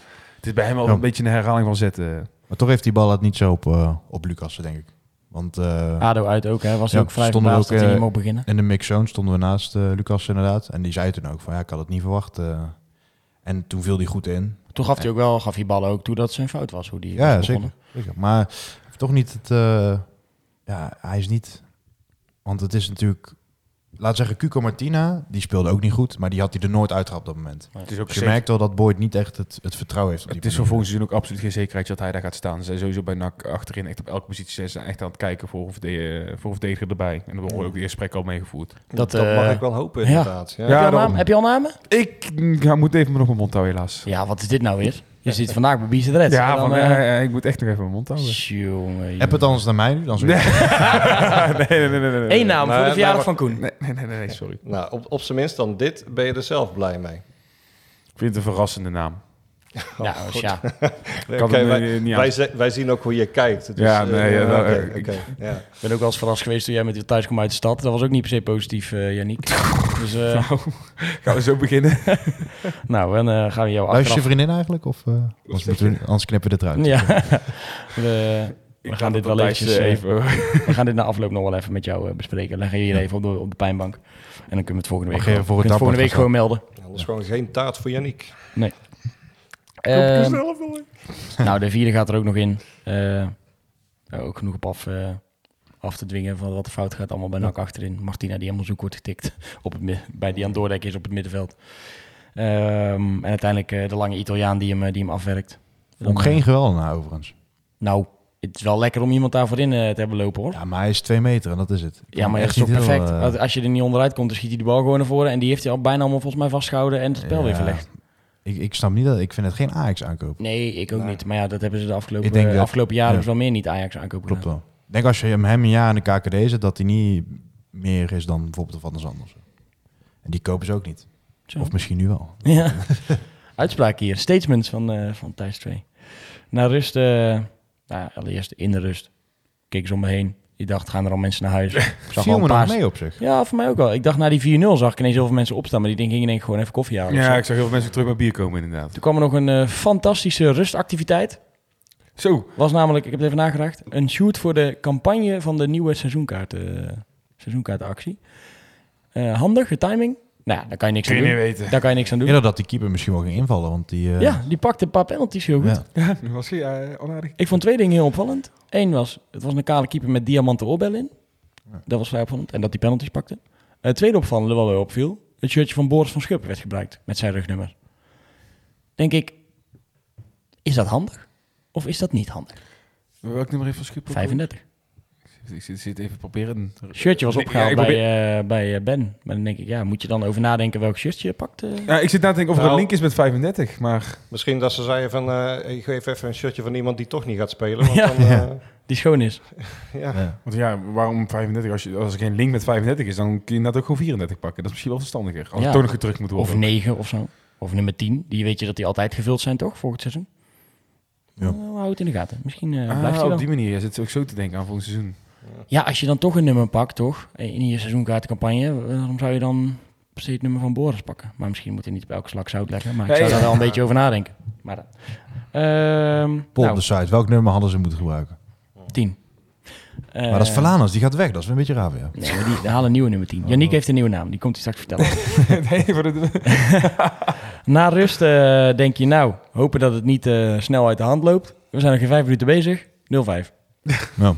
E: Het is bij hem wel
H: Ja.
E: een beetje een herhaling van zetten.
H: Maar toch heeft die bal het niet zo op, uh, op Lucassen, denk ik. Want uh,
D: ADO uit ook, hè? Was
H: Ja,
D: ook vrij
H: stonden
D: verbaasd
H: ook,
D: dat hij
H: uh,
D: niet mocht beginnen.
H: in de mixzone stonden we naast uh, Lucassen inderdaad. En die zei toen ook van ja, ik had het niet verwacht. Uh, en toen viel hij goed in.
D: Toen gaf hij ook wel, gaf hij ballen ook toe dat het zijn fout was, hoe die
H: Ja,
D: was
H: zeker,
D: begonnen.
H: zeker. Maar toch niet het... Uh, ja, hij is niet... Want het is natuurlijk... Laat zeggen, Cuco Martina, die speelde ook niet goed. Maar die had hij er nooit uitgehaald op dat moment.
E: Het is ook
H: Dus je
E: zeker-
H: merkt wel dat Boyd niet echt het, het vertrouwen heeft op die
E: Het is voor
H: manier.
E: volgend seizoen ook absoluut geen zekerheid dat hij daar gaat staan. Ze zijn sowieso bij N A C achterin echt op elke positie zijn ze echt aan het kijken voor een verdediger, voor een verdediger erbij. En er worden ook de eerste gesprekken al meegevoerd.
D: Dat,
F: Dat, mag
D: uh,
F: ik wel hopen,
D: ja.
F: inderdaad. Ja.
E: Ja,
D: heb, je al
E: daarom.
D: naam, heb je al namen?
E: Ik ja, moet even nog mijn mond houden, helaas.
D: Ja, wat is dit nou weer? Je zit vandaag bij Bies de Reds.
E: Ja,
D: En dan,
E: van,
D: eh,
E: uh, ik moet echt nog even mijn mond houden.
D: Jongen,
H: Heb het anders naar mij nu? Dan zo.
E: Nee. nee, nee, nee, nee, nee.
D: Eén naam
F: Nee,
D: voor de
F: nee,
D: verjaardag
F: maar-
D: van Koen.
E: Nee, nee, nee, nee, nee, sorry.
F: Nou, op, op zijn minst dan dit ben je er zelf blij mee.
E: Ik vind het een verrassende naam.
D: Ja, dus ja.
F: Oké,
E: Kan het,
F: wij,
E: eh, niet
F: wij,
E: aan.
F: ze- wij zien ook hoe je kijkt. Dus,
E: Ja,
F: eh,
E: nee, ja,
F: eh,
E: nou,
F: oké,
E: eh,
F: oké, ja.
D: Ik ben ook wel eens verrast geweest toen jij met je thuis kwam uit de stad. Dat was ook niet per se positief, uh, Yannick. Dus uh,
E: Gaan we zo beginnen?
D: nou, dan uh, gaan we jou
H: Luister je
D: achteraf...
H: vriendin eigenlijk? Of, uh, anders, moeten we, anders knippen we dit eruit.
D: Ja, we, we gaan dit wel eventjes...
E: uh,
D: even. We gaan dit na afloop nog wel even met jou uh, bespreken. Leggen jullie even op de, op de pijnbank. En dan kunnen we het volgende week,
H: Mag je
D: gewoon,
H: voor het
D: kunnen we volgende week
H: dagblad
D: gewoon melden.
F: Anders gewoon geen taart voor Yannick.
D: Nee. Uh, nou, de vierde gaat er ook nog in. Uh, ook genoeg op af, uh, af te dwingen van wat er fout gaat. Allemaal bij N A C achterin. Martina die helemaal zoek wordt getikt op het, bij die aan het doordekken is op het middenveld. Um, en uiteindelijk uh, de lange Italiaan die hem, die hem afwerkt.
H: Ook geen geweldenaar overigens.
D: Nou, het is wel lekker om iemand daar voorin uh, te hebben lopen, hoor.
H: Ja, maar hij is twee meter en dat is het.
D: Ja, maar dat is toch perfect. Heel, uh... Als je er niet onderuit komt, dan schiet hij de bal gewoon naar voren. En die heeft hij al bijna allemaal volgens mij vastgehouden en het spel ja. weer verlegd.
H: Ik, ik snap niet dat... Ik vind het geen Ajax aankoop.
D: Nee, ik ook nee. niet. Maar ja, dat hebben ze de afgelopen,
H: denk
D: uh,
H: dat,
D: afgelopen jaren
H: ja.
D: dus wel meer niet Ajax aankopen.
H: Klopt wel. Ik denk als je hem, hem een jaar in de K K D zet, dat hij niet meer is dan bijvoorbeeld Van der Zand of zo. En die kopen ze ook niet. Zo. Of misschien nu wel.
D: Ja. Uitspraak hier. Statements van, uh, van Thijs twee. Na rust, uh, nou, allereerst in de rust, keek ik om me heen. Ik dacht, gaan er al mensen naar huis? Ik
H: zag viel me nog mee op zich.
D: Ja, voor mij ook wel. Ik dacht, na die vier nul zag ik ineens heel veel mensen opstaan. Maar die denk, gingen denk ik gewoon even koffie halen.
E: Ja, ik zag heel veel mensen terug met bier komen inderdaad.
D: Toen kwam er nog een uh, fantastische rustactiviteit.
E: Zo.
D: Was namelijk, ik heb het even nagedacht, een shoot voor de campagne van de nieuwe seizoenkaarten, uh, seizoenkaartenactie. Uh, handige timing. Nou ja, daar kan je niks
E: Kun
D: aan
E: je
D: doen.
E: niet weten.
D: Daar kan je niks aan doen.
H: Eerder dat die keeper misschien wel ging invallen, want die... Uh...
D: Ja, die pakte een paar penalties heel goed.
E: Ja, ja was hij uh, onaardig.
D: Ik vond twee dingen heel opvallend. Eén was, het was een kale keeper met diamanten oorbellen in. Ja. Dat was vrij opvallend. En dat die penalties pakte. Uh, het tweede opvallende, wat wel opviel, het shirtje van Boris van Schuppen werd gebruikt met zijn rugnummer. Denk ik, is dat handig? Of is dat niet handig?
E: Welk nummer heeft van Schuppen?
D: vijfendertig.
E: Ik zit, zit even proberen.
D: Shirtje was opgehaald ja, bij, uh, bij uh, Ben. Maar dan denk ik, ja, moet je dan over nadenken welk shirtje je pakt? Uh?
E: Ja, ik zit na te denken of
F: nou,
E: er een link is met vijfendertig, maar...
F: Misschien dat ze zeiden van, uh, ik geef even een shirtje van iemand die toch niet gaat spelen. Want
D: ja,
F: dan, uh,
D: ja, die schoon is.
F: ja.
E: ja. Want ja, waarom vijfendertig? Als, je, als er geen link met vijfendertig is, dan kun je net ook gewoon vierendertig pakken. Dat is misschien wel verstandiger. Als ja. het toch nog gedrukt moet worden.
D: Of negen of zo. Of nummer tien. Die weet je dat die altijd gevuld zijn, toch? Volgend seizoen. Ja. Uh, hou het in de gaten. Misschien uh,
E: ah,
D: blijft hij
E: op die manier. Je zit ook zo te denken aan volgend seizoen.
D: Ja, als je dan toch een nummer pakt, toch? In je seizoenkaartencampagne, waarom zou je dan per se het nummer van Boris pakken? Maar misschien moet je niet op elke slag zout leggen. Maar ik zou ja, daar wel een beetje over nadenken. Maar, uh,
H: Pol
D: nou,
H: op de site. Welk nummer hadden ze moeten gebruiken?
D: tien.
H: Uh, maar dat is Verlanos, die gaat weg. Dat is wel een beetje raar, ja.
D: Nee, maar die, die halen een nieuwe nummer tien. Yannick heeft een nieuwe naam, die komt hij straks vertellen. nee, voor de... Na rust uh, denk je, nou, hopen dat het niet uh, snel uit de hand loopt. We zijn nog geen vijf minuten bezig. nul vijf.
H: Ja.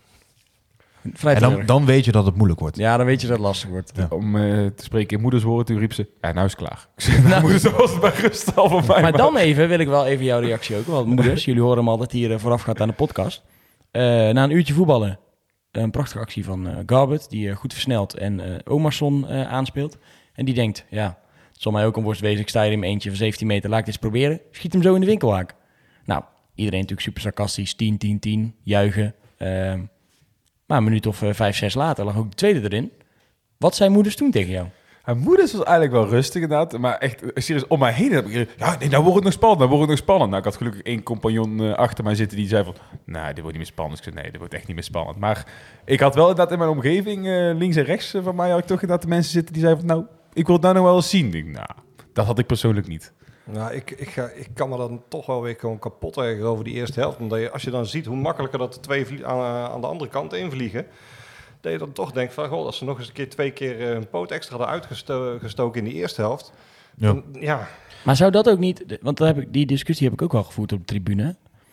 D: Vrij
H: en dan, dan weet je dat het moeilijk wordt.
D: Ja, dan weet je dat het lastig wordt.
E: Ja. Om uh, te spreken in moeders woorden, toen riep ze, ja, nou is het klaar. Nou, moeders was het bij rust al voor mij.
D: Maar dan even, wil ik wel even jouw reactie ook. Want moeders, jullie horen hem altijd hier uh, vooraf gaat aan de podcast. Uh, na een uurtje voetballen, een prachtige actie van uh, Garbert, die uh, goed versnelt en uh, Omarsson uh, aanspeelt. En die denkt, ja, het zal mij ook een worst wezen. Ik sta hier in mijn eentje van zeventien meter, laat ik dit eens proberen. Schiet hem zo in de winkelhaak. Nou, iedereen natuurlijk super sarcastisch, tien, tien, tien, juichen. Uh, maar een minuut of uh, vijf, zes later lag ook de tweede erin. Wat zei moeders toen tegen jou?
E: Haar moeders was eigenlijk wel rustig inderdaad, maar echt serieus om mij heen heb ik gezegd, ja, nee, nou wordt het nog spannend, nou wordt het nog spannend. Nou, ik had gelukkig één compagnon uh, achter mij zitten die zei van, nou, dit wordt niet meer spannend. Ik zei, nee, dit wordt echt niet meer spannend. Maar ik had wel inderdaad in mijn omgeving, uh, links en rechts uh, van mij, had ik toch inderdaad de mensen zitten die zeiden van, nou, ik wil het nou nog wel eens zien. Ik, nou, dat had ik persoonlijk niet.
F: Nou, ik, ik, ga, ik kan me dan toch wel weer gewoon kapot ergeren over die eerste helft. Omdat je, als je dan ziet hoe makkelijker dat de twee vlie- aan, aan de andere kant invliegen, dat je dan toch denkt van, goh, als ze nog eens een keer twee keer een poot extra eruit gesto- gestoken in die eerste helft.
H: Ja.
F: Dan, ja.
D: Maar zou dat ook niet... Want dan heb ik, die discussie heb ik ook wel gevoerd op de tribune.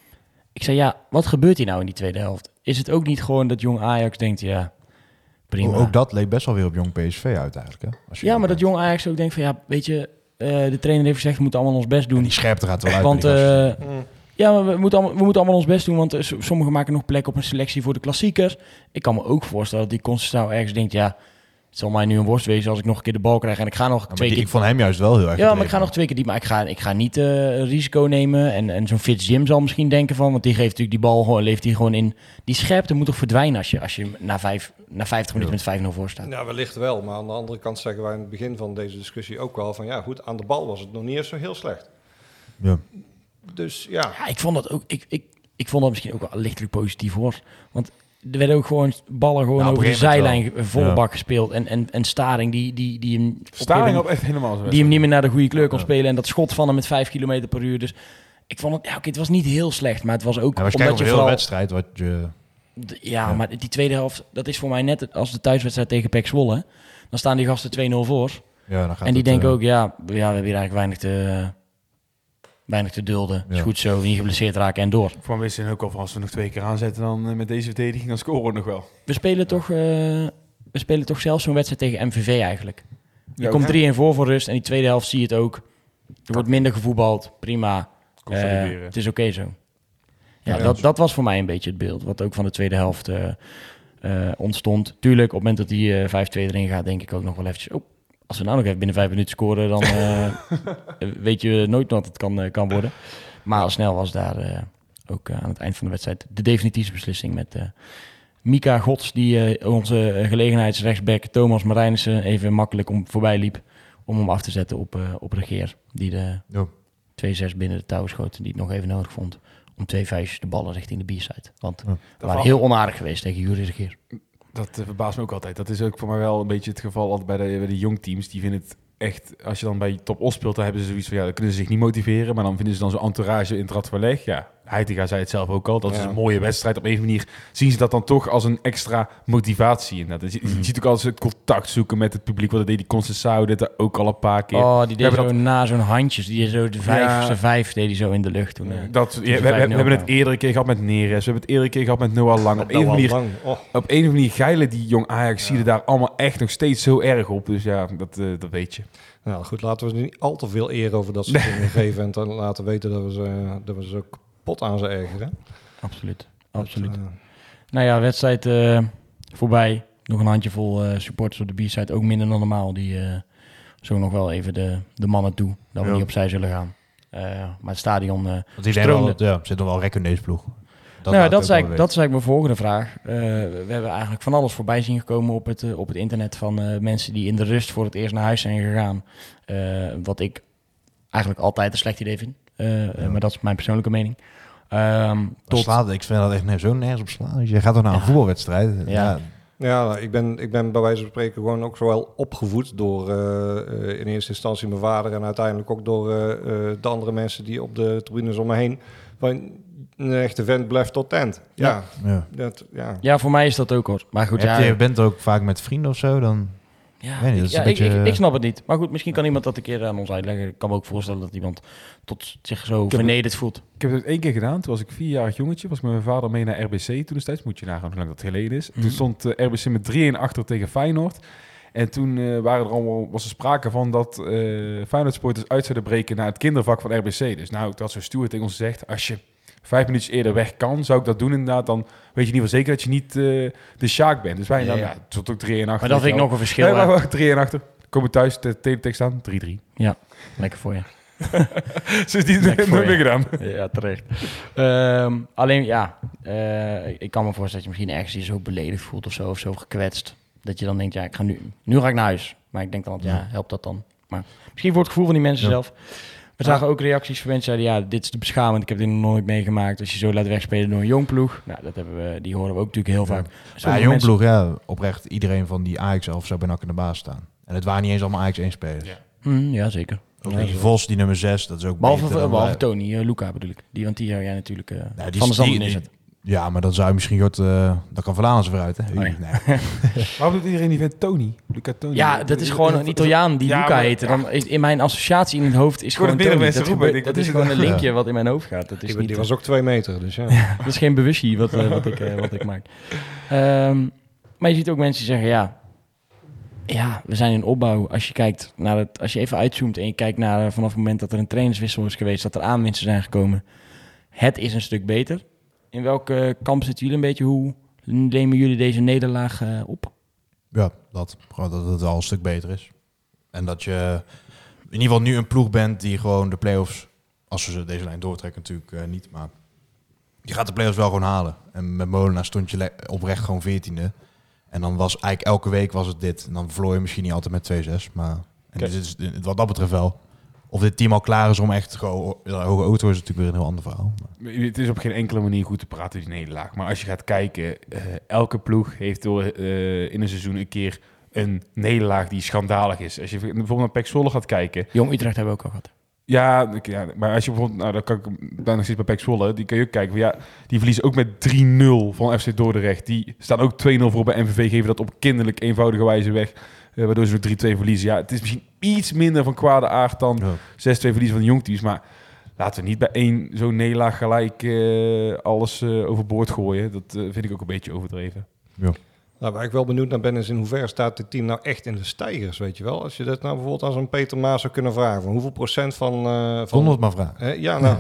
D: Ik zei, ja, wat gebeurt hier nou in die tweede helft? Is het ook niet gewoon dat jong Ajax denkt, ja, prima.
H: Ook dat leek best wel weer op jong P S V uit eigenlijk. Hè? Als je
D: Ja, maar dat jong Ajax ook denkt van, ja, weet je, uh, de trainer heeft gezegd, we moeten allemaal ons best doen.
H: En die scherpte gaat wel uit.
D: Want
H: bij die
D: uh,
H: gasten.
F: Mm.
D: ja, maar we moeten, allemaal, we moeten allemaal ons best doen, want uh, sommigen maken nog plek op een selectie voor de klassiekers. Ik kan me ook voorstellen dat die Conceição ergens denkt, ja, het zal mij nu een worst wezen als ik nog een keer de bal krijg en ik ga nog
H: Ja,
D: twee
H: die,
D: keer...
H: ik vond hem juist wel heel erg.
D: Ja, maar ik ga nog twee keer diep. Maar ik ga, ik ga niet uh, risico nemen. En, en zo'n Fitz Jim zal misschien denken van... Want die geeft natuurlijk die bal gewoon, leeft hij gewoon in. Die scherpte moet toch verdwijnen als je, als je na, vijf, na vijftig minuten met vijf nul voor staat.
F: Ja, wellicht wel. Maar aan de andere kant zeggen wij in het begin van deze discussie ook wel van, ja goed, aan de bal was het nog niet eens zo heel slecht.
H: Ja.
F: Dus ja.
D: Ja, ik vond dat ook... Ik, ik, ik vond dat misschien ook wel lichtelijk positief hoor. Want er werden ook gewoon ballen gewoon
H: Nou, op
D: over
H: een
D: de
H: gegeven moment
D: zijlijn
H: wel.
D: volle
H: Ja.
D: bak gespeeld. En, en, en Staring die, die, die hem... op
E: Staring
D: een
E: op echt helemaal zo.
D: die hem niet meer naar de goede kleur kon
E: Ja.
D: spelen. En dat schot van hem met vijf kilometer per uur. Dus ik vond het... Ja, oké, het was niet heel slecht. Maar het was ook...
H: Ja, maar je
D: omdat
H: kijkt op
D: je
H: een hele
D: vooral...
H: wedstrijd wat je...
D: D- Ja,
H: Ja.
D: maar die tweede helft, dat is voor mij net als de thuiswedstrijd tegen P E C Zwolle. Dan staan die gasten twee nul voor.
H: Ja, dan gaat
D: En die
H: het,
D: denken
H: eh,
D: ook, ja, ja, we hebben hier eigenlijk weinig te, weinig te dulden.
H: Ja.
D: Is goed zo, niet geblesseerd raken en door.
E: Voor mij wisten ook al van als we nog twee keer aanzetten, dan uh, met deze verdediging, dan scoren we nog wel.
D: We spelen toch, uh, we spelen toch zelfs zo'n wedstrijd tegen M V V eigenlijk. Je
E: Ja,
D: komt
E: ook,
D: drie één voor voor rust en die tweede helft zie je het ook. Er wordt minder gevoetbald, prima. Uh,
E: Consolideren.
D: het is oké okay zo. Ja,
F: Ja,
D: dat,
F: ja.
D: dat was voor mij een beetje het beeld. Wat ook van de tweede helft uh, uh, ontstond. Tuurlijk, op het moment dat die uh, vijf twee erin gaat, denk ik ook nog wel eventjes... Oh, als we nou nog even binnen vijf minuten scoren, dan uh, weet je nooit wat het kan, uh, kan worden. Maar al snel was daar uh, ook uh, aan het eind van de wedstrijd de definitieve beslissing met uh, Mika Gods, die uh, onze uh, gelegenheidsrechtsback Thomas Marijnissen even makkelijk om voorbij liep om hem af te zetten op, uh, op Regeer. Die de
H: Ja.
D: twee zes binnen de touw schoot, die het nog even nodig vond om twee vuistjes de ballen richting de B-side. Want
H: Ja.
D: we waren heel onaardig geweest tegen Jury Regeer.
E: Dat uh, verbaast me ook altijd. Dat is ook voor mij wel een beetje het geval altijd bij de, bij de jong teams. Die vinden het echt, als je dan bij Top Os speelt, dan hebben ze zoiets van, ja, dan kunnen ze zich niet motiveren. Maar dan vinden ze dan zo'n entourage in het Radverleg. Ja, Heitinga zei het zelf ook al. Dat is
F: Ja.
E: een mooie wedstrijd. Op een manier zien ze dat dan toch als een extra motivatie. Inderdaad. Je, je ziet ook altijd het contact zoeken met het publiek. Wat deed die Conceição, dit er ook al een paar keer.
D: Oh, die
E: We
D: deed
E: hebben
D: zo na zo'n handjes. Die zo de vijf,
E: Ja.
D: zijn vijf deed hij zo in de lucht toen. Uh,
E: Dat, ja, we, we- we
D: vijf nul
E: hebben het
D: kwam.
E: eerdere keer gehad met Neres. We hebben het eerdere keer gehad met Noah Lang. Op een
F: Nou, al
E: manier
F: lang. Oh.
E: Op een of andere manier geilen die jong Ajax zie je daar allemaal echt nog steeds zo erg op. Dus ja, dat, uh, dat weet je.
F: Nou goed, laten we ze niet al te veel eer over dat soort dingen geven en dan laten weten dat we ze, dat we ze ook kapot aan ze ergeren.
D: Absoluut, absoluut.
F: Dat, uh,
D: Nou ja, wedstrijd uh, voorbij. Nog een handjevol uh, supporters op de B-side. Ook minder dan normaal. Die uh, zo nog wel even de, de mannen toe. Dat we
H: Ja.
D: niet opzij zullen gaan. Uh, maar het stadion... Uh,
H: Want iedereen
D: stroomde.
H: wel, ja, er zit nog wel rek in deze ploeg. Dat
D: nou,
H: laat
D: dat
H: ook
D: is,
H: wel
D: eigenlijk, dat is eigenlijk mijn volgende vraag. Uh, we hebben eigenlijk van alles voorbij zien gekomen op het, uh, op het internet van uh, mensen die in de rust voor het eerst naar huis zijn gegaan. Uh, wat ik eigenlijk altijd een slecht idee vind. Uh,
H: Ja.
D: uh, maar dat is mijn persoonlijke mening. Um,
H: tot... slaat, ik vind dat echt nee, zo nergens op slaan. Je gaat toch naar een
D: Ja.
H: voetbalwedstrijd.
D: Ja.
H: Ja.
F: Ja, nou, ik ben, ik ben bij wijze van spreken gewoon ook zowel opgevoed door uh, uh, in eerste instantie mijn vader en uiteindelijk ook door uh, uh, de andere mensen die op de tribunes om me heen. Van een echte vent blijft tot tent. Ja,
H: Ja.
F: dat, ja.
D: ja, voor mij is dat ook hoor. Maar goed,
H: Heb
D: ja,
H: je, je bent ook vaak met vrienden of zo, dan...
D: ja,
H: weet niet, dat is
D: ja,
H: een
D: ik,
H: beetje-
D: ik, ik snap het niet. Maar goed, misschien kan iemand dat een keer aan ons uitleggen. Ik kan me ook voorstellen dat iemand tot zich zo
E: heb
D: vernederd voelt.
E: Ik heb het één keer gedaan. Toen was ik vierjarig jongetje. Was met mijn vader mee naar R B C toen destijds. Moet je nagaan hoe lang dat geleden is.
D: Mhm.
E: Toen stond uh, R B C met drie een achter tegen Feyenoord. En toen uh, waren er allemaal, was er sprake van dat uh, Feyenoord-supporters uit zouden breken naar het kindervak van R B C. Dus nou, dat zo'n steward tegen ons gezegd, als je vijf minuutjes eerder weg kan, zou ik dat doen inderdaad. Dan weet je in ieder geval zeker dat je niet uh, de Sjaak bent. Dus wij
D: Ja,
E: dan,
D: ja.
E: ja, het stond ook drie een achter.
D: Maar dat vind ik nog een verschil.
E: Nee,
D: hè?
E: maar drie een achter. Komen thuis, de teletext aan, drie drie.
D: Lekker voor je.
E: Dus die
D: Lekker voor
E: nooit meer
D: je.
E: gedaan.
D: Ja, terecht. Um, alleen, ja, uh, ik kan me voorstellen dat je misschien ergens je zo beledigd voelt of zo, of zo gekwetst. Dat je dan denkt, ja, ik ga nu, nu ga ik naar huis. Maar ik denk dan, ja, helpt dat dan? Maar misschien voor het gevoel van die mensen
H: Ja.
D: zelf. We zagen ook reacties van mensen die zeiden, ja, dit is te beschamend. Ik heb dit nog nooit meegemaakt. Als je zo laat wegspelen door een jong ploeg. Nou, dat hebben we, die horen we ook natuurlijk heel
H: Ja.
D: vaak.
H: Ja,
D: Sommige
H: jong
D: mensen-
H: ploeg, ja, oprecht. Iedereen van die Ajax elf zou bij N A C in de baas staan. En het waren niet eens allemaal Ajax één spelers.
E: Ja.
D: Mm, ja, zeker.
H: Ook Ook
D: Ja,
H: die
D: zo.
H: Vos, die nummer zes, dat is ook
D: Behalve,
H: beter dan
D: behalve
H: wij.
D: Tony, uh, Luca bedoel ik. Die, want die hou jij natuurlijk uh,
H: Ja, die
D: van de
H: is-
D: zand
H: die-
D: neerzet.
H: Ja, maar dan zou je misschien goed... Uh, dan kan Vlaanderen ze vooruit, hè?
D: Oh, ja.
H: Nee.
E: Waarom doet iedereen die vindt Tony? Luca Tony?
D: Ja, dat is gewoon een Italiaan die
E: Ja,
D: Luca
E: maar-
D: heette. Dan is in mijn associatie in het hoofd is
E: Gewoon
D: gewoon
E: het
D: Tony.
E: middenwesten
D: Dat,
E: roepen,
D: gebeurt-
E: denk
D: dat
E: ik,
D: is
E: wat is
D: gewoon een
E: het?
D: linkje wat in mijn hoofd gaat. Dat is
F: Die,
D: niet...
F: die was ook twee meter, dus ja.
D: Dat is geen bewustzijn wat, uh, wat, ik, uh, wat ik maak. Um, maar je ziet ook mensen die zeggen, ja, ja, we zijn in opbouw. Als je kijkt naar het, als je even uitzoomt en je kijkt naar uh, vanaf het moment dat er een trainerswissel is geweest, dat er aanwinsten zijn gekomen. Het is een stuk beter. In welke kamp zitten jullie een beetje? Hoe nemen jullie deze nederlaag uh, op?
H: Ja, dat. Gewoon dat het al een stuk beter is. En dat je in ieder geval nu een ploeg bent die gewoon de play-offs, als we ze deze lijn doortrekken natuurlijk uh, niet, maar je gaat de play-offs wel gewoon halen. En met Molenaar stond je le- oprecht gewoon veertiende. En dan was eigenlijk elke week was het dit. En dan verloor je misschien niet altijd met twee zes, maar en dit is, wat dat betreft wel. Of dit team al klaar is om echt gewoon ja, hoge auto is natuurlijk weer een heel ander verhaal. Maar.
E: Het is op geen enkele manier goed te praten, die nederlaag. Maar als je gaat kijken, uh, elke ploeg heeft door uh, in een seizoen een keer een nederlaag die schandalig is. Als je bijvoorbeeld naar P E C Zwolle gaat kijken.
D: Jong Utrecht hebben we ook al gehad.
E: Ja, ja, maar als je bijvoorbeeld, nou dan kan ik daar nog steeds bij P E C Zwolle, die kan je ook kijken. Van, ja, die verliezen ook met drie nul van F C Dordrecht. Die staan ook twee nul voor bij M V V, geven dat op kinderlijk eenvoudige wijze weg. Uh, waardoor ze ook drie twee verliezen. Ja, het is misschien iets minder van kwade aard dan
H: Ja.
E: zes twee verliezen van de jongteams. Maar laten we niet bij één zo'n nederlaag gelijk uh, alles uh, overboord gooien. Dat uh, vind ik ook een beetje overdreven.
H: Ja.
F: Nou, waar ik wel benieuwd naar ben is in hoeverre staat dit team nou echt in de stijgers, weet je wel? Als je dat nou bijvoorbeeld aan zo'n Peter Maas zou kunnen vragen. Van hoeveel procent van... Uh, van
H: Zonder het maar vragen.
F: Uh, ja, nou...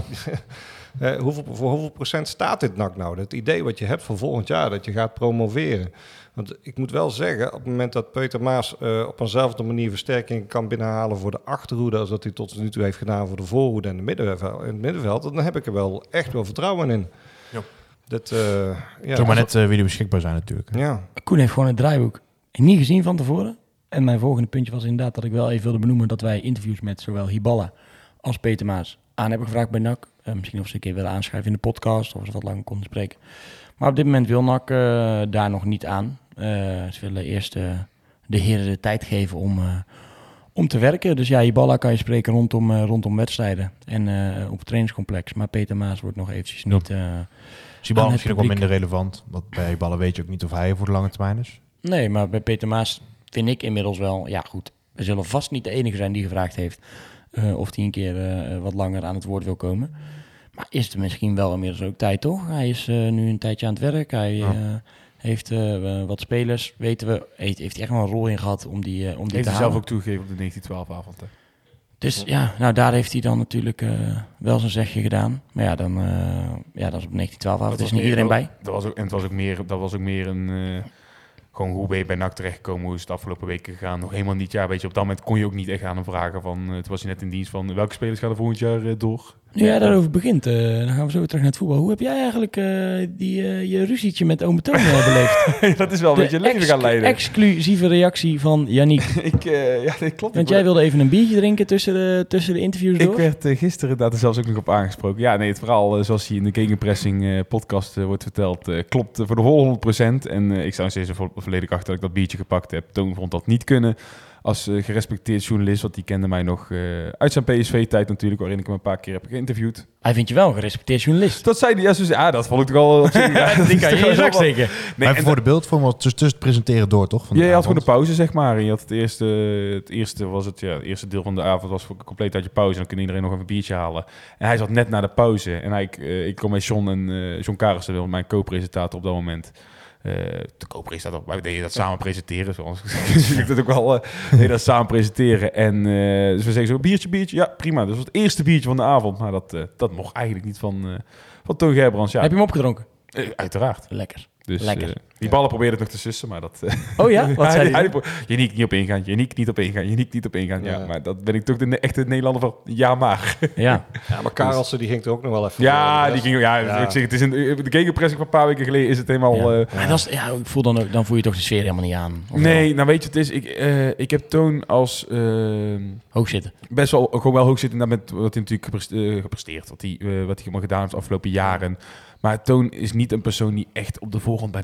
F: uh, hoeveel, voor hoeveel procent staat dit N A C nou? Het idee wat je hebt voor volgend jaar, dat je gaat promoveren. Want ik moet wel zeggen, op het moment dat Peter Maas uh, op eenzelfde manier versterking kan binnenhalen voor de achterhoede als dat hij tot nu toe heeft gedaan voor de voorhoede en de middenveld, in het middenveld, dan heb ik er wel echt wel vertrouwen in.
H: Ja.
F: Dat, uh, ja,
H: Toch maar net uh, wie er beschikbaar zijn natuurlijk.
F: Ja.
D: Koen heeft gewoon het draaiboek niet gezien van tevoren. En mijn volgende puntje was inderdaad dat ik wel even wilde benoemen dat wij interviews met zowel Hiballa als Peter Maas aan hebben gevraagd bij N A C. Uh, misschien of ze een keer willen aanschrijven in de podcast of ze wat langer konden spreken. Maar op dit moment wil N A C uh, daar nog niet aan. Uh, ze willen eerst uh, de heren de tijd geven om, uh, om te werken. Dus ja, Hiballa kan je spreken rondom, uh, rondom wedstrijden en uh, op het trainingscomplex. Maar Peter Maas wordt nog eventjes niet... Uh,
H: Sibal misschien ook wel minder relevant. Want bij ballen weet je ook niet of hij voor de lange termijn is.
D: Nee, maar bij Peter Maas vind ik inmiddels wel... Ja goed, we zullen vast niet de enige zijn die gevraagd heeft... Uh, of hij een keer uh, wat langer aan het woord wil komen. Maar is het misschien wel inmiddels ook tijd, toch? Hij is uh, nu een tijdje aan het werk. Hij ja. uh, heeft uh, wat spelers, weten we... Heeft, heeft hij echt wel een rol in gehad om die, uh, om die
E: heeft
D: te
E: hij
D: halen.
E: zelf ook toegegeven op de negentien twaalf avond. Hè?
D: Dus ja, nou daar heeft hij dan natuurlijk uh, wel zijn zegje gedaan. Maar ja, dan uh, ja, dat is op negentien twaalf avond. Er is niet
E: meer,
D: iedereen
E: dat,
D: bij.
E: Dat was ook, en het was ook meer, dat was ook meer een... Uh, gewoon hoe ben je bij N A C terechtgekomen, hoe is het de afgelopen weken gegaan. Nog helemaal niet, ja, weet je, op dat moment kon je ook niet echt aan hem vragen van... Uh, toen was hij net in dienst van, welke spelers gaan er volgend jaar uh, door?
D: Nu jij daarover begint, uh, dan gaan we zo weer terug naar het voetbal. Hoe heb jij eigenlijk uh, die, uh, je ruzietje met Ome Toon uh, beleefd?
E: Dat is wel een
D: De
E: beetje leven
D: ex-
E: gaan leiden.
D: Exclusieve reactie van Yannick.
E: ik, uh, ja, dat klopt.
D: Want jij wilde even een biertje drinken tussen de, tussen de interviews door.
E: Ik werd uh, gisteren daar zelfs ook nog op aangesproken. Ja, nee, het verhaal uh, zoals hier in de Gegenpressing uh, podcast uh, wordt verteld, uh, klopt uh, voor de volle honderd procent. En uh, ik sta nog steeds vo- volledig achter dat ik dat biertje gepakt heb. Toon vond dat niet kunnen als uh, gerespecteerd journalist, want die kende mij nog uh, uit zijn P S V-tijd natuurlijk, waarin ik hem een paar keer heb geïnterviewd.
D: Hij vindt je wel een gerespecteerd journalist.
E: Dat zei hij, ja, dus, ja, dat vond ik toch al... Op zich, ja,
D: Die kan je in je zak
E: zeker.
D: steken.
E: Nee,
H: Even
E: en
H: voor de beeldvorm, was tussen tussen het presenteren door, toch? Van de
E: ja, je had
H: avond.
E: gewoon de pauze, zeg maar. En je had het eerste, het eerste was het, ja, het eerste deel van de avond was voor compleet uit je pauze. En dan kon iedereen nog even een biertje halen. En hij zat net na de pauze. En hij, uh, ik kom met John en uh, John Karelsen, mijn co-presentator op dat moment. Uh, de co-presentator, wij deden dat samen presenteren. Zoals ik dat ook wel uh, deden dat samen presenteren. En uh, dus we zeggen zo, biertje, biertje. Ja, prima. Dus dat was het eerste biertje van de avond. Maar dat, uh, dat mocht eigenlijk niet van, uh, van Toon Gerbrands. Ja,
D: Heb je hem opgedronken?
E: uh, uiteraard.
D: Lekker.
E: Dus,
D: Lekker.
E: Uh, die ballen probeerden het nog te sussen, maar dat... Uh,
D: Oh ja? Wat zei hij?
E: Janiek niet op ingaan, Janiek niet op ingaan, Janiek niet op ingaan. Ja,
F: Ja.
E: maar dat ben ik toch de ne- echte Nederlander van ja maar.
D: Ja.
F: Ja, maar Karelsen die ging er ook nog wel even
E: Ja,
F: door.
E: die ging, ja,
F: Ja.
E: ik zeg, het is een, de gegenpressing van een paar weken geleden is het helemaal...
D: Ja.
E: Uh,
D: Maar dat is, ja, ik voel dan, ook, dan voel je toch de sfeer helemaal niet aan. Of
E: nee, nou weet je, het is, ik, uh, ik heb Toon als uh,
D: hoog zitten.
E: best wel gewoon wel hoog zitten met wat hij natuurlijk geprest- uh, gepresteerd, wat hij, uh, wat hij allemaal gedaan heeft de afgelopen jaren. Maar Toon is niet een persoon die echt op de voorgrond bij N A C moet gaan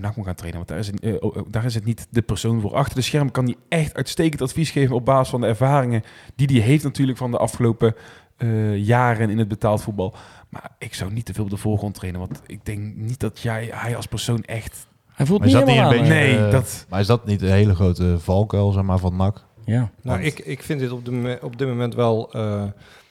E: trainer. Want daar is, het, uh, uh, daar is het niet de persoon voor. Achter de schermen kan hij echt uitstekend advies geven op basis van de ervaringen die hij heeft natuurlijk van de afgelopen uh, jaren in het betaald voetbal. Maar ik zou niet te veel op de voorgrond trainen, want ik denk niet dat jij, hij als persoon echt...
D: Hij voelt
H: Maar
D: niet
H: is dat niet
D: helemaal
H: een
D: aan.
H: beetje,
E: Nee,
H: eh,
E: dat-
H: Maar is dat niet een hele grote valkuil, zeg maar, van N A C?
D: Ja.
F: Nou, ik, ik vind dit op, de, op dit moment wel, uh,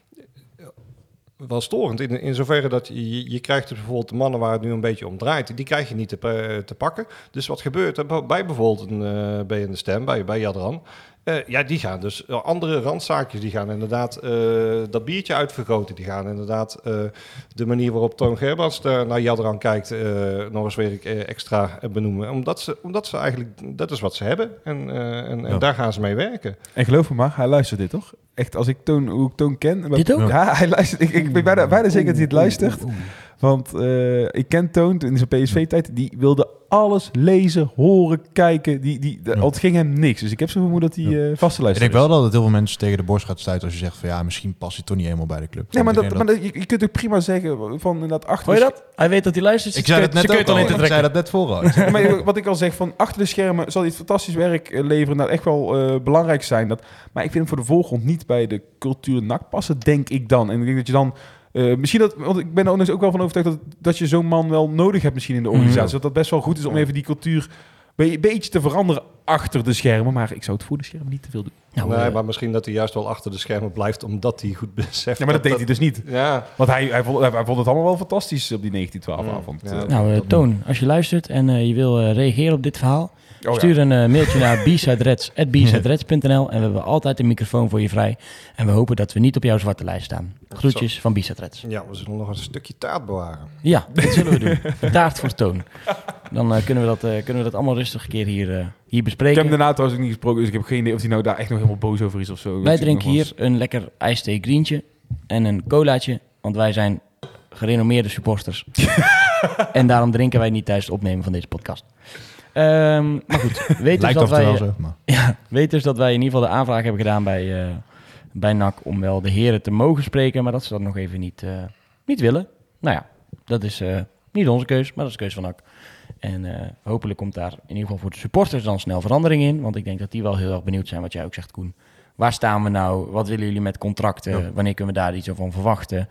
F: wel storend. In, in zoverre dat je, je krijgt dus bijvoorbeeld de mannen waar het nu een beetje om draait. Die krijg je niet te, te pakken. Dus wat gebeurt er bij bijvoorbeeld een, uh, bij een stem, bij, bij Jadran? Uh, ja, die gaan dus uh, andere randzaakjes. Die gaan inderdaad uh, dat biertje uitvergroten. Die gaan inderdaad uh, de manier waarop Toon Gerbrands naar Jadran kijkt... Uh, nog eens weer uh, extra benoemen. Omdat ze, omdat ze eigenlijk... Dat is wat ze hebben. En, uh, en,
H: Ja.
F: en daar gaan ze mee werken.
E: En geloof me maar, hij luistert dit toch? Echt, als ik Toon, hoe ik Toon ken...
D: Dit ook?
E: Ja, hij luistert. Ik, ik ben bijna, bijna zeker dat hij het luistert. Want uh, ik ken Toon in zijn P S V-tijd. Die wilde alles lezen, horen, kijken. Die, die,
H: Ja.
E: Het ging hem niks. Dus ik heb zo vermoeden dat hij uh, vast te
H: Ik
E: luisteren
H: denk wel
E: is.
H: dat het heel veel mensen tegen de borst gaat stuiten als je zegt van ja, misschien past hij toch niet helemaal bij de club.
E: Ja, maar,
H: Want
E: dat,
H: ik
E: maar
H: denk
E: dat, je, je kunt ook prima zeggen van dat achter...
D: Hoor je dat? Hij weet dat hij luistert.
H: Ik zei dat net ook al. Ik zei dat net vooruit.
E: Ja, maar wat ik al zeg, van achter de schermen zal hij fantastisch werk eh, leveren. Dat echt wel uh, belangrijk zijn. Dat, maar ik vind hem voor de voorgrond niet bij de cultuur N A C passen, denk ik dan. En ik denk dat je dan... Uh, misschien dat, want ik ben er ook wel van overtuigd dat, dat je zo'n man wel nodig hebt misschien in de organisatie.
D: Mm.
E: Dat dat best wel goed is om even die cultuur een beetje te veranderen achter de schermen. Maar ik zou het voor de schermen niet te veel doen.
D: Nou,
F: nee,
D: uh,
F: maar misschien dat hij juist wel achter de schermen blijft, omdat hij goed beseft...
E: Ja, maar dat deed hij dus niet.
F: Ja.
E: Want hij, hij, vond, hij vond het allemaal wel fantastisch op die negentien twaalf avond.
F: Ja.
E: Uh,
D: nou uh, Toon, als je luistert en uh, je wil uh, reageren op dit verhaal...
E: oh,
D: Stuur
E: ja.
D: een uh, mailtje naar b-side-reds at b side reds punt n l en we hebben altijd een microfoon voor je vrij. En we hopen dat we niet op jouw zwarte lijst staan. Groetjes van B-side Reds.
F: Ja, we zullen nog een stukje taart bewaren.
D: Ja, dat zullen we doen. Taart voor Toon. Dan uh, kunnen, we dat, uh, kunnen we dat allemaal rustig een keer hier, uh, hier
E: Ik
D: bespreken.
E: heb hem daarna trouwens ook niet gesproken, dus ik heb geen idee of hij nou daar echt nog helemaal boos over is of zo.
D: Wij
E: Ik
D: drinken
E: nog wel
D: hier een lekker ijsthee greentje en een colaatje, want wij zijn gerenommeerde supporters. En daarom drinken wij niet tijdens het opnemen van deze podcast. Um, maar goed, weet dus,
H: Lijkt
D: dat
H: af en toe
D: wij,
H: wel zo. Maar.
D: ja, weet dus dat wij in ieder geval de aanvraag hebben gedaan bij, uh, bij N A C om wel de heren te mogen spreken, maar dat ze dat nog even niet, uh, niet willen. Nou ja, dat is uh, niet onze keus, maar dat is de keus van N A C. En uh, hopelijk komt daar in ieder geval voor de supporters dan snel verandering in, want ik denk dat die wel heel erg benieuwd zijn wat jij ook zegt, Koen. Waar staan we nou? Wat willen jullie met contracten? Ja. Wanneer kunnen we daar iets van verwachten?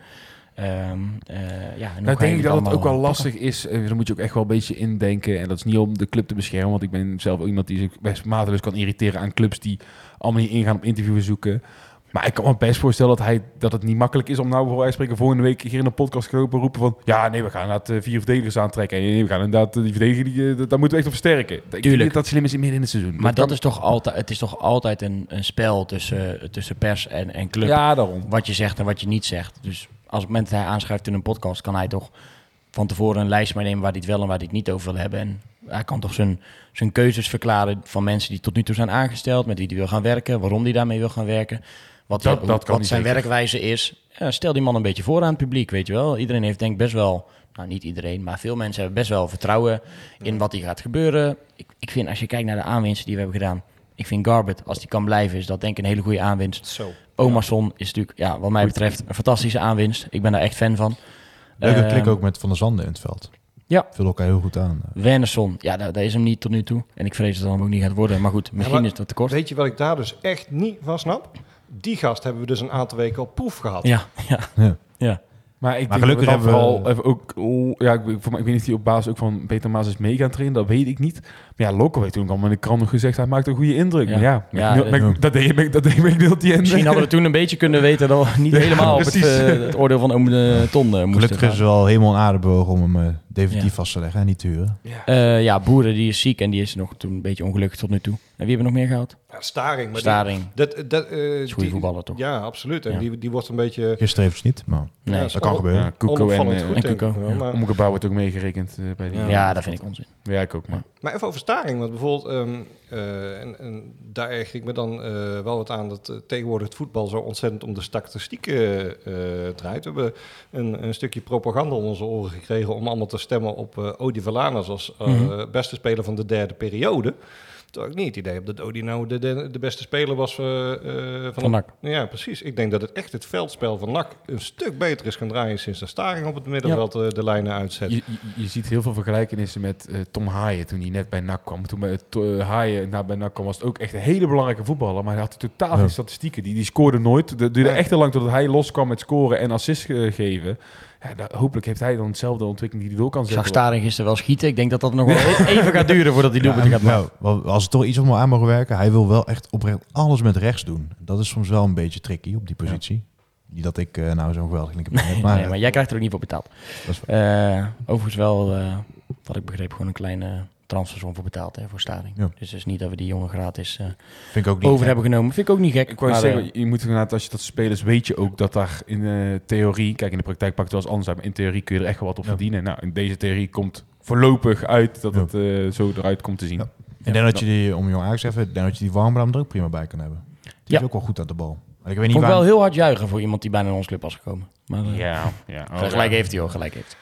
D: Um, uh, ja,
E: Nou, denk ik dat het ook wel lastig is. Uh, dan moet je ook echt wel een beetje indenken. En dat is niet om de club te beschermen. Want ik ben zelf ook iemand die zich best mateloos kan irriteren aan clubs die allemaal niet ingaan op interviewverzoeken. Maar ik kan me best voorstellen dat, hij, dat het niet makkelijk is om nou voor wij spreken volgende week hier in de podcast lopen roepen van ja, nee, we gaan inderdaad uh, vier verdedigers aantrekken. En nee, we gaan inderdaad uh, die verdediger, die, uh, daar moeten we echt op versterken. Ik denk dat dat slim is in midden in het seizoen.
D: Maar dat, dat is toch altijd, het is toch altijd een, een spel tussen, uh, tussen pers en, en club.
E: Ja, daarom.
D: Wat je zegt en wat je niet zegt. Dus als op het moment dat hij aanschrijft in een podcast, kan hij toch van tevoren een lijst meenemen waar hij het wel en waar hij het niet over wil hebben. En hij kan toch zijn, zijn keuzes verklaren van mensen die tot nu toe zijn aangesteld, met wie hij wil gaan werken, waarom hij daarmee wil gaan werken. Wat,
E: dat,
D: dat,
E: dat
D: wat zijn
E: zeker.
D: werkwijze is. Ja, stel die man een beetje voor aan het publiek, weet je wel. Iedereen heeft denk ik best wel, nou niet iedereen, maar veel mensen hebben best wel vertrouwen in wat hier gaat gebeuren. Ik, ik vind, als je kijkt naar de aanwinsten die we hebben gedaan, ik vind Garbett, als die kan blijven, is dat denk ik een hele goede aanwinst.
F: Zo.
D: Omarsson is natuurlijk, ja, wat mij betreft, een fantastische aanwinst. Ik ben daar echt fan van.
H: Leuke
D: Uh,
H: klik ook met Van der Zanden in het veld.
D: Ja.
H: Vullen elkaar heel goed aan.
D: Wernersson, ja, dat, dat is hem niet tot nu toe. En ik vrees dat het dan ook niet gaat worden. Maar goed, misschien
F: Ja, maar
D: is dat te kort.
F: Weet je wat ik daar dus echt niet van snap? Die gast hebben we dus een aantal weken op proef gehad.
D: Ja, ja,
H: Ja.
D: ja.
E: Maar ik
H: Maar
E: denk
H: gelukkig
E: dat we
H: hebben we-
E: vooral even ook... Oh, ja, ik, ik, ik weet niet of hij op basis ook van Peter Maas is mee gaan trainen. Dat weet ik niet. Maar ja, Lokko heeft toen al in de krant nog gezegd... hij maakt een goede indruk.
D: Ja.
E: Maar ja,
D: Ja,
E: met- met-
H: ja.
E: dat deed ik dat deed ik niet tot die ende.
D: Misschien hadden we toen een beetje kunnen weten dat we niet
E: Ja,
D: helemaal op het,
E: precies.
D: uh, het oordeel van oom de Ton uh, moesten
H: Gelukkig is
D: gaan.
H: er wel helemaal een aardeboog om hem uh, definitief
D: Ja.
H: vast te leggen en niet te huren.
D: Uh, ja, Boeren die is ziek en die is nog toen een beetje ongelukkig tot nu toe. En wie hebben we nog meer gehaald?
F: Ja, Staring. Maar
D: Staring.
F: Die, dat, dat, uh,
D: Is een goede
F: die-
D: voetballer toch?
F: Ja, absoluut. En
D: Ja.
F: die, die wordt een beetje...
H: Gisteren even niet, maar
D: Nee.
F: Ja,
H: dat kan gebeuren.
E: Ja, Kuko en,
F: onopvallend
E: uh,
F: goed,
D: en
F: denk ik
D: Kuko,
F: wel,
D: ja.
F: maar-
E: Omgebouw wordt ook meegerekend uh, bij die...
F: Ja.
D: Ja, dat vind ik onzin.
E: Ja, ik ook, maar...
F: Maar even over Staring, want bijvoorbeeld, um, uh, en, en daar erger ik me dan uh, wel wat aan dat uh, tegenwoordig het voetbal zo ontzettend om de statistieken uh, draait. We hebben een, een stukje propaganda om onze oren gekregen om allemaal te stemmen op uh, Odi Vellana als uh,
D: Mhm.
F: beste speler van de derde periode. Terwijl ik niet het idee heb dat Odi nou de, de, de beste speler was uh, uh, van,
D: Van N A C.
F: Ja, precies. Ik denk dat het echt het veldspel van N A C een stuk beter is gaan draaien sinds de Staring op het middenveld ja. de lijnen uitzet.
E: Je, je, je ziet heel veel vergelijkenissen met uh, Tom Haaien toen hij net bij N A C kwam. Toen bij uh, Haaien nou, bij N A C kwam was het ook echt een hele belangrijke voetballer, maar hij had totaal geen ja. statistieken. Die, die scoorde nooit. Het duurde nee. echt heel lang totdat hij loskwam met scoren en assist uh, geven. Ja, daar, hopelijk heeft hij dan hetzelfde ontwikkeling die hij door kan zetten.
D: Ik zag Staring gisteren wel schieten. Ik denk dat dat nog wel even gaat duren voordat hij doelpunten ja, gaat maken.
H: Nou, als het toch iets om aan mogen werken, hij wil wel echt oprecht alles met rechts doen. Dat is soms wel een beetje tricky op die positie. Ja. Niet dat ik uh, nou zo'n geweldig link heb.
D: Nee, maar, nee, maar jij krijgt er ook niet voor betaald. Uh, overigens wel, uh, wat ik begreep, gewoon een kleine transfersom voor betaald hè, voor Staring. Ja. Dus het is niet dat we die jongen gratis uh,
H: Vind ik ook niet
D: over
H: gek.
D: hebben genomen. Vind ik ook niet gek.
E: Ik wou
D: maar,
E: zeggen,
D: uh,
E: je moet inderdaad, als je dat spelers, weet je ook dat daar in uh, theorie, kijk in de praktijk pakt het wel eens anders uit, maar in theorie kun je er echt wel wat op ja. verdienen. Nou, in deze theorie komt voorlopig uit dat ja. het uh, zo eruit komt te zien.
H: Ja. Ik denk dat je die, om jong Ajax even, ik denk dat je die Warmerdam er ook prima bij kan hebben. Die ja. is ook wel goed aan de bal. Maar ik weet niet
D: Vond
H: waar...
D: wel heel hard juichen voor iemand die bijna in ons club was gekomen. Maar, uh,
E: ja, ja. Oh,
D: gelijk
E: ja.
D: heeft hij hoor, gelijk heeft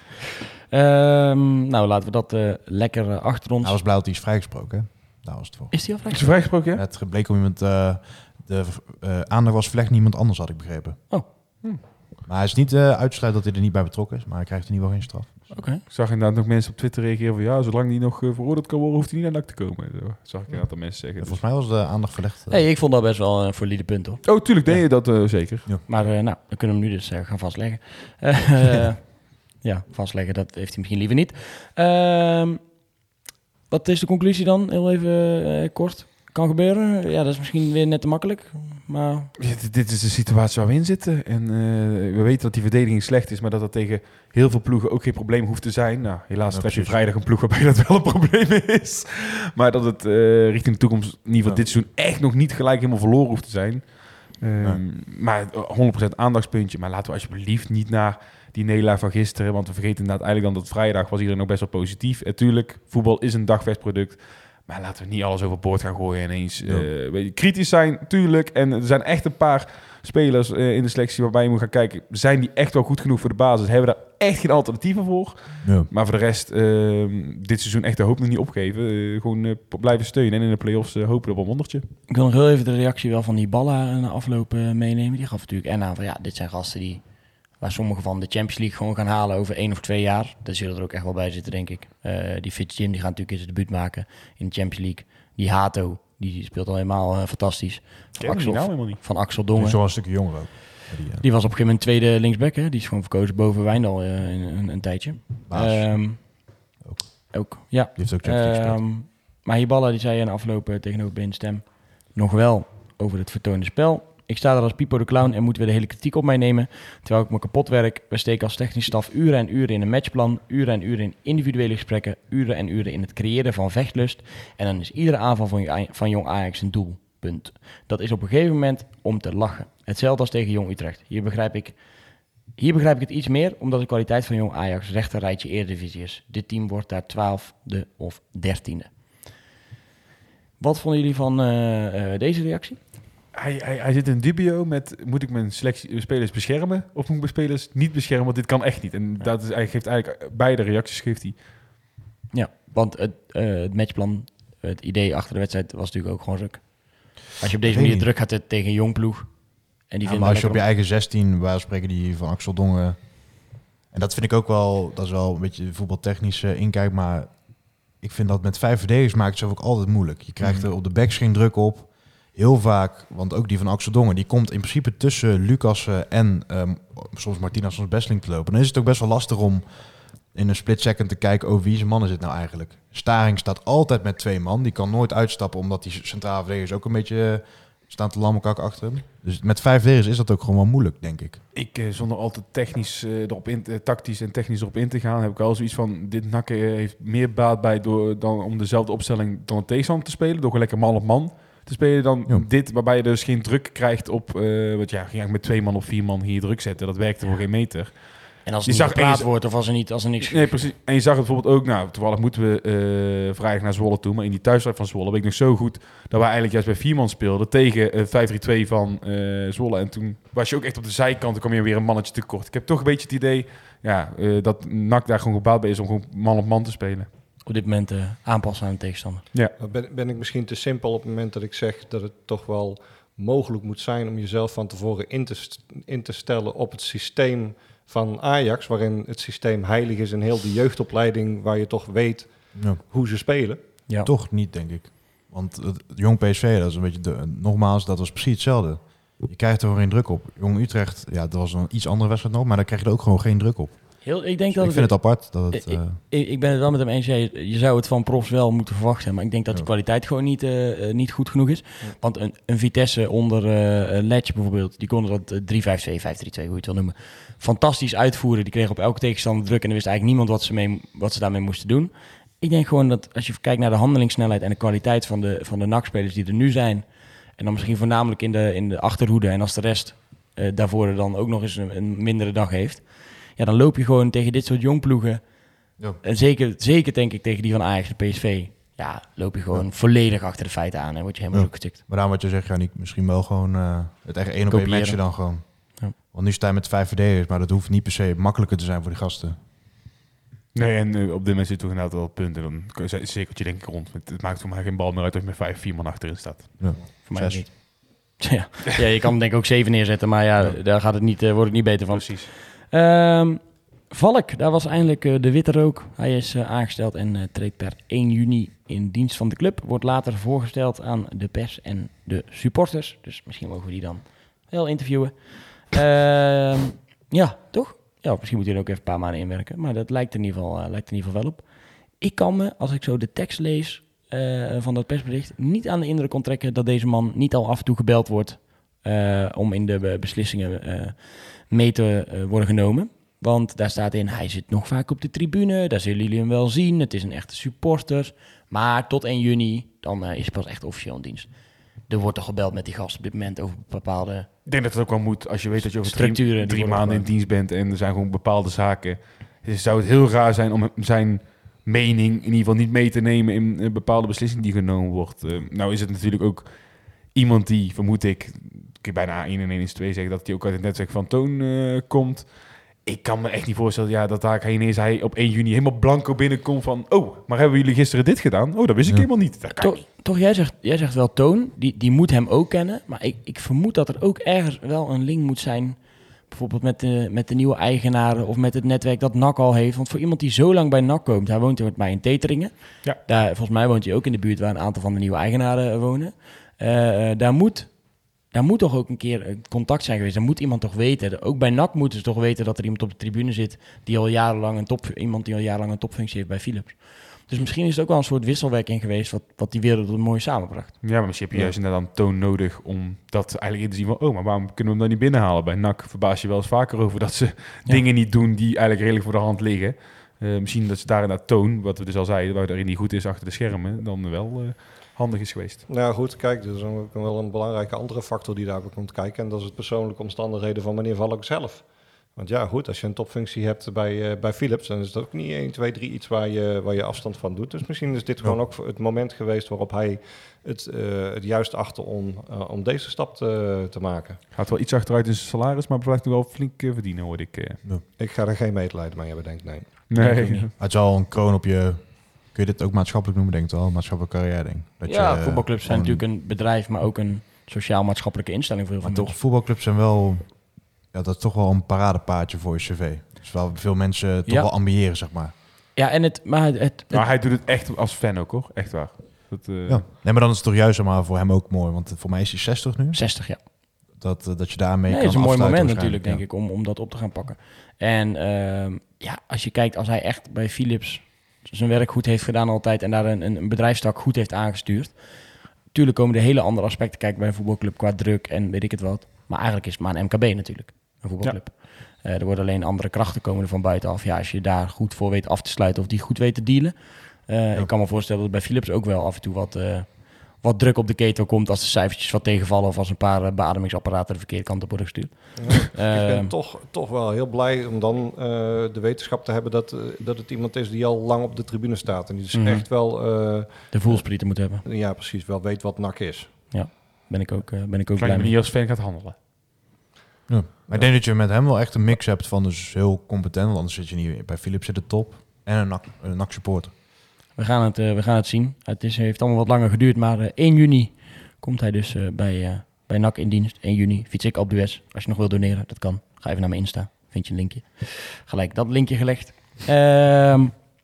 D: hij. Um, nou, laten we dat uh, lekker uh, achter ons.
H: Hij was blij dat hij is vrijgesproken, hè? Daar was het voor.
D: Is hij al vrijgesproken?
E: Is hij vrijgesproken, ja?
H: Het bleek om iemand... Uh, de uh, aandacht was verlegd niemand anders, had ik begrepen.
D: Oh.
H: Hm. Maar hij is niet uh, uitsluit dat hij er niet bij betrokken is, maar hij krijgt in ieder geval geen straf.
D: Oké. Okay.
E: Ik zag inderdaad nog mensen op Twitter reageren van ja, zolang die nog uh, veroordeeld kan worden, hoeft hij niet naar N A C te komen. Zo zag ik een aantal mensen zeggen.
H: Ja, volgens mij was de aandacht verlegd. Uh...
D: Hey, ik vond dat best wel een valide punt, hoor.
E: Oh, tuurlijk, deed ja. je dat uh, zeker.
D: Ja. Maar uh, nou, dan kunnen we hem nu dus uh, gaan vastleggen. Uh, uh, ja, vastleggen, dat heeft hij misschien liever niet. Uh, wat is de conclusie dan? Heel even uh, kort. Kan gebeuren. Ja, dat is misschien weer net te makkelijk. Maar...
E: Ja, dit, dit is de situatie waar we in zitten. En uh, we weten dat die verdediging slecht is, maar dat dat tegen heel veel ploegen ook geen probleem hoeft te zijn. Nou, helaas ja, tref je vrijdag een ploeg waarbij dat wel een probleem is. Maar dat het uh, richting de toekomst, in ieder geval ja. dit seizoen, echt nog niet gelijk helemaal verloren hoeft te zijn. Um, ja. Maar honderd procent aandachtspuntje. Maar laten we alsjeblieft niet naar die nederlaag van gisteren. Want we vergeten inderdaad eigenlijk dan dat vrijdag was iedereen nog best wel positief. En tuurlijk, voetbal is een dagvers product. Maar laten we niet alles overboord gaan gooien en eens ja. uh, kritisch zijn, tuurlijk. En er zijn echt een paar spelers uh, in de selectie waarbij je moet gaan kijken, zijn die echt wel goed genoeg voor de basis? Hebben we daar echt geen alternatieven voor? Ja. Maar voor de rest, uh, dit seizoen echt de hoop nog niet opgeven. Uh, gewoon uh, blijven steunen en in de play-offs uh, hopen op een wondertje.
D: Ik wil nog heel even de reactie wel van die Balla na afloop uh, meenemen. Die gaf natuurlijk en aan van ja, dit zijn gasten die... waar sommigen van de Champions League gewoon gaan halen over één of twee jaar. Daar zullen er ook echt wel bij zitten, denk ik. Uh, die Fitz Jim, die gaat natuurlijk eens zijn debuut maken in de Champions League. Die Hato, die speelt al helemaal uh, fantastisch. Van Axel,
E: nou helemaal niet.
D: Van Axel Dongen.
H: Die is wel een stukje jonger ook.
D: Die, uh... die was op een gegeven moment tweede linksback, hè. Die is gewoon verkozen boven Wijndal uh, een, een, een tijdje. Um, ook. Ook, ja. Die heeft ook Champions League um, Maar Hiballa, die zei in de afloop uh, tegenover Been Stem nog wel over het vertoonde spel. Ik sta er als Pipo de Clown en moeten we de hele kritiek op mij nemen, terwijl ik me kapot werk. We steken als technisch staf uren en uren in een matchplan, uren en uren in individuele gesprekken, uren en uren in het creëren van vechtlust. En dan is iedere aanval van, van Jong Ajax een doelpunt. Dat is op een gegeven moment om te lachen. Hetzelfde als tegen Jong Utrecht. Hier begrijp ik, hier begrijp ik het iets meer, omdat de kwaliteit van Jong Ajax rechter rijtje Eredivisie is. Dit team wordt daar twaalfde of dertiende. Wat vonden jullie van uh, uh, deze reactie?
E: Hij, hij, hij zit in dubio met, moet ik mijn selectie, spelers beschermen of moet ik mijn spelers niet beschermen, want dit kan echt niet. En ja. dat is, hij geeft eigenlijk beide reacties geeft hij.
D: Ja, want het, uh, het matchplan, het idee achter de wedstrijd was natuurlijk ook gewoon ruk. Als je op deze manier niet. druk gaat tegen een jong ploeg. En die
H: ja, maar als je op je eigen zestien, waar spreken die van Axel Dongen. En dat vind ik ook wel, dat is wel een beetje voetbaltechnisch uh, inkijk, maar ik vind dat met vijf verdedigers maakt het zelf ook altijd moeilijk. Je krijgt er op de backs geen druk op. Heel vaak, want ook die van Axel Dongen, die komt in principe tussen Lucas en um, soms Martina, soms Besseling te lopen. Dan is het ook best wel lastig om in een split second te kijken, oh, wie zijn man is het nou eigenlijk? Staring staat altijd met twee man. Die kan nooit uitstappen, omdat die centrale verdedigers ook een beetje staan te lammenkak achter hem. Dus met vijf verdedigers is dat ook gewoon wel moeilijk, denk ik.
E: Ik, uh, zonder altijd technisch uh, erop in, uh, tactisch en technisch erop in te gaan, heb ik wel zoiets van, dit Nakken uh, heeft meer baat bij door, dan om dezelfde opstelling dan een tegenstander te spelen, door gewoon lekker man op man te spelen dan ja. dit, waarbij je dus geen druk krijgt op, uh, wat ja, ging met twee man of vier man hier druk zetten. Dat werkte voor geen meter.
D: En als er niet gepraat wordt of als er, niet, als er niks...
E: Nee, precies. En je zag het bijvoorbeeld ook, nou, toevallig moeten we uh, vrijdag naar Zwolle toe, maar in die thuiswedstrijd van Zwolle weet ik nog zo goed dat wij eigenlijk juist bij vier man speelden tegen uh, vijf drie twee van uh, Zwolle. En toen was je ook echt op de zijkant, dan kwam je weer een mannetje tekort. Ik heb toch een beetje het idee ja, uh, dat N A C daar gewoon gebaat bij is om gewoon man op man te spelen.
D: op dit moment uh, aanpassen aan de tegenstander.
E: Ja.
F: Ben, ben ik misschien te simpel op het moment dat ik zeg dat het toch wel mogelijk moet zijn om jezelf van tevoren in te, st- in te stellen op het systeem van Ajax, waarin het systeem heilig is en heel de jeugdopleiding waar je toch weet
H: Ja.
F: hoe ze spelen.
D: Ja.
H: Toch niet, denk ik. Want het, het jong P S V, dat is een beetje... De, nogmaals, dat was precies hetzelfde. Je krijgt er gewoon geen druk op. Jong Utrecht, ja, dat was een iets andere wedstrijd nog, maar daar krijg je er ook gewoon geen druk op.
D: Heel, ik denk
H: Dus
D: dat
H: ik vind het apart. Dat het,
D: ik,
H: uh,
D: ik, ik ben het wel met hem eens. Je, je zou het van profs wel moeten verwachten. Maar ik denk dat
H: Ja.
D: de kwaliteit gewoon niet, uh, niet goed genoeg is.
F: Ja.
D: Want een, een Vitesse onder uh, Letje bijvoorbeeld, die konden dat uh, drie vijf twee, vijf drie twee, hoe je het wil noemen, fantastisch uitvoeren. Die kregen op elke tegenstander druk en er wist eigenlijk niemand wat ze, mee, wat ze daarmee moesten doen. Ik denk gewoon dat als je kijkt naar de handelingssnelheid en de kwaliteit van de, van de N A C-spelers die er nu zijn, en dan misschien voornamelijk in de, in de achterhoede, en als de rest uh, daarvoor er dan ook nog eens een, een mindere dag heeft, ja, dan loop je gewoon tegen dit soort jongploegen.
H: Ja.
D: En zeker, zeker denk ik tegen die van Ajax, de P S V. Ja, loop je gewoon
H: Ja.
D: volledig achter de feiten aan en word je helemaal
H: Ja.
D: zo gestikt.
H: maar daar wat je zegt, Janiek, misschien wel gewoon uh, het echt één op één
D: Kopiëren.
H: matchen dan gewoon.
D: Ja.
H: Want nu sta je met vijf verdedigers, maar dat hoeft niet per se makkelijker te zijn voor die gasten.
E: Nee, en uh, op dit moment zit toch inderdaad wel punten. Dan kun je zekertje denk ik rond. Het, het maakt voor mij geen bal meer uit als je met vijf, vier man achterin staat.
H: Ja.
D: Voor mij
H: Zes.
D: niet. Ja. ja, je kan denk ik ook zeven neerzetten, maar ja,
H: Ja.
D: daar gaat het niet, uh, wordt het niet beter van.
E: Precies.
D: Um, Valk, daar was eindelijk uh, de witte rook. Hij is uh, aangesteld en uh, treedt per één juni in dienst van de club. Wordt later voorgesteld aan de pers en de supporters. Dus misschien mogen we die dan wel interviewen. Uh, ja, toch? Ja, misschien moet hij er ook even een paar maanden inwerken. Maar dat lijkt in ieder geval, uh, lijkt in ieder geval wel op. Ik kan me, als ik zo de tekst lees uh, van dat persbericht, niet aan de indruk onttrekken dat deze man niet al af en toe gebeld wordt uh, om in de uh, beslissingen uh, mee te uh, worden genomen. Want daar staat in, hij zit nog vaak op de tribune, daar zullen jullie hem wel zien. Het is een echte supporter. Maar tot één juni, dan uh, is hij pas echt officieel in dienst. Er wordt toch gebeld met die gast op dit moment over bepaalde...
E: Ik denk dat het ook wel moet als je weet dat je over
D: Structuren,
E: drie,
D: die
E: drie
D: worden
E: maanden in
D: gewoon-
E: dienst bent en er zijn gewoon bepaalde zaken. Dus zou het heel raar zijn om zijn mening in ieder geval niet mee te nemen in een bepaalde beslissing die genomen wordt. Uh, nou is het natuurlijk ook iemand die, vermoed ik, ik kan bijna één en één is twee zeggen, dat hij ook uit het netwerk van Toon uh, komt. Ik kan me echt niet voorstellen ja, dat daar ineens hij op één juni helemaal blanco binnenkomt van, oh, maar hebben jullie gisteren dit gedaan? Oh, dat wist ik
H: Ja.
E: helemaal niet. Dat kan
D: Toch, toch jij, zegt, jij zegt wel Toon, die, die moet hem ook kennen. Maar ik, ik vermoed dat er ook ergens wel een link moet zijn. Bijvoorbeeld met de, met de nieuwe eigenaren of met het netwerk dat N A C al heeft. Want voor iemand die zo lang bij N A C komt, hij woont met mij in Teteringen.
E: Ja.
D: Daar, volgens mij woont hij ook in de buurt waar een aantal van de nieuwe eigenaren uh, wonen. Uh, daar moet... Daar moet toch ook een keer contact zijn geweest. Daar moet iemand toch weten. Ook bij N A C moeten ze toch weten dat er iemand op de tribune zit die al jarenlang een top, iemand die al jarenlang een topfunctie heeft bij Philips. Dus misschien is het ook wel een soort wisselwerking geweest wat, wat die wereld mooi samenbracht.
E: Ja, maar misschien heb je
H: Ja.
E: juist inderdaad een Toon nodig om dat eigenlijk in te zien van, oh, maar waarom kunnen we hem dan niet binnenhalen? Bij N A C verbaas je wel eens vaker over dat ze
D: Ja.
E: dingen niet doen die eigenlijk redelijk voor de hand liggen. Uh, misschien dat ze daar inderdaad Toon, wat we dus al zeiden, waar daarin niet goed is achter de schermen, dan wel uh, handig is geweest.
F: Nou goed, kijk, er is ook wel een belangrijke andere factor die daarbij komt kijken. En dat is het persoonlijke omstandigheden van meneer Valk zelf. Want ja, goed, als je een topfunctie hebt bij, uh, bij Philips, dan is dat ook niet één, twee, drie iets waar je, waar je afstand van doet. Dus misschien is dit
H: Ja.
F: gewoon ook het moment geweest waarop hij het, uh, het juist achter om, uh, om deze stap te, te maken.
E: Gaat wel iets achteruit in zijn salaris, maar blijft nog wel flink uh, verdienen, hoor ik. Uh.
F: Ik ga er geen medelijden mee hebben, denk ik, nee.
E: Nee,
D: ik ook niet.
H: Het is al een kroon op je... Kun je dit ook maatschappelijk noemen, denk ik wel? Een maatschappelijke carrière, denk ik. Dat
D: Ja,
H: je, uh,
D: voetbalclubs zijn
H: gewoon-
D: natuurlijk een bedrijf, maar ook een sociaal-maatschappelijke instelling voor heel veel
H: Maar toch,
D: mensen.
H: voetbalclubs zijn wel... Ja, dat is toch wel een paradepaardje voor je cv. Dus wel veel mensen toch
D: Ja.
H: wel ambiëren, zeg maar.
D: Ja, en het, maar het, het,
E: maar hij doet het echt als fan ook, hoor. Echt waar. Dat, uh,
H: Ja. Nee, maar dan is het toch juist zeg maar, voor hem ook mooi. Want voor mij is hij zestig nu.
D: zestig, ja.
H: Dat, uh, dat je daarmee
D: Nee,
H: kan
D: het is een mooi
H: afsluiten
D: moment natuurlijk, denk
H: waarschijnlijk.
D: ik, om, om dat op te gaan pakken. En ehm, ja, als je kijkt, als hij echt bij Philips zijn werk goed heeft gedaan altijd en daar een, een, een bedrijfstak goed heeft aangestuurd. Tuurlijk komen er hele andere aspecten kijken bij een voetbalclub qua druk en weet ik het wat. Maar eigenlijk is het maar een M K B natuurlijk, een voetbalclub. Uh, er worden alleen andere krachten komen er van buitenaf. Ja, als je daar goed voor weet af te sluiten of die goed weet te dealen. Uh,
H: Ja.
D: Ik kan me voorstellen dat bij Philips ook wel af en toe wat, uh, wat druk op de ketel komt als de cijfertjes wat tegenvallen of als een paar uh, beademingsapparaten de verkeerde kant op worden gestuurd.
F: Ja, ik ben
D: Uh,
F: toch, toch wel heel blij om dan uh, de wetenschap te hebben dat, uh, dat het iemand is die al lang op de tribune staat. En die dus
D: Mhm.
F: echt wel, uh,
D: de voelsprieten moet hebben.
F: ja precies, wel weet wat N A C is.
D: Ben ik ook, uh, ben ik ook
E: Zolang
D: blij
E: je
D: mee.
E: niet als fan gaat handelen.
H: Ja. Maar ik denk dat je met hem wel echt een mix hebt van dus heel competent. Want anders zit je niet bij Philips in de top. En een N A C, een N A C supporter.
D: we gaan het, uh, we gaan het zien. Het is, heeft allemaal wat langer geduurd, maar uh, één juni komt hij dus uh, bij, uh, bij N A C in dienst. één juni fiets ik op de Wes. Als je nog wil doneren, dat kan. Ga even naar mijn Insta, vind je een linkje. Gelijk dat linkje gelegd. Uh,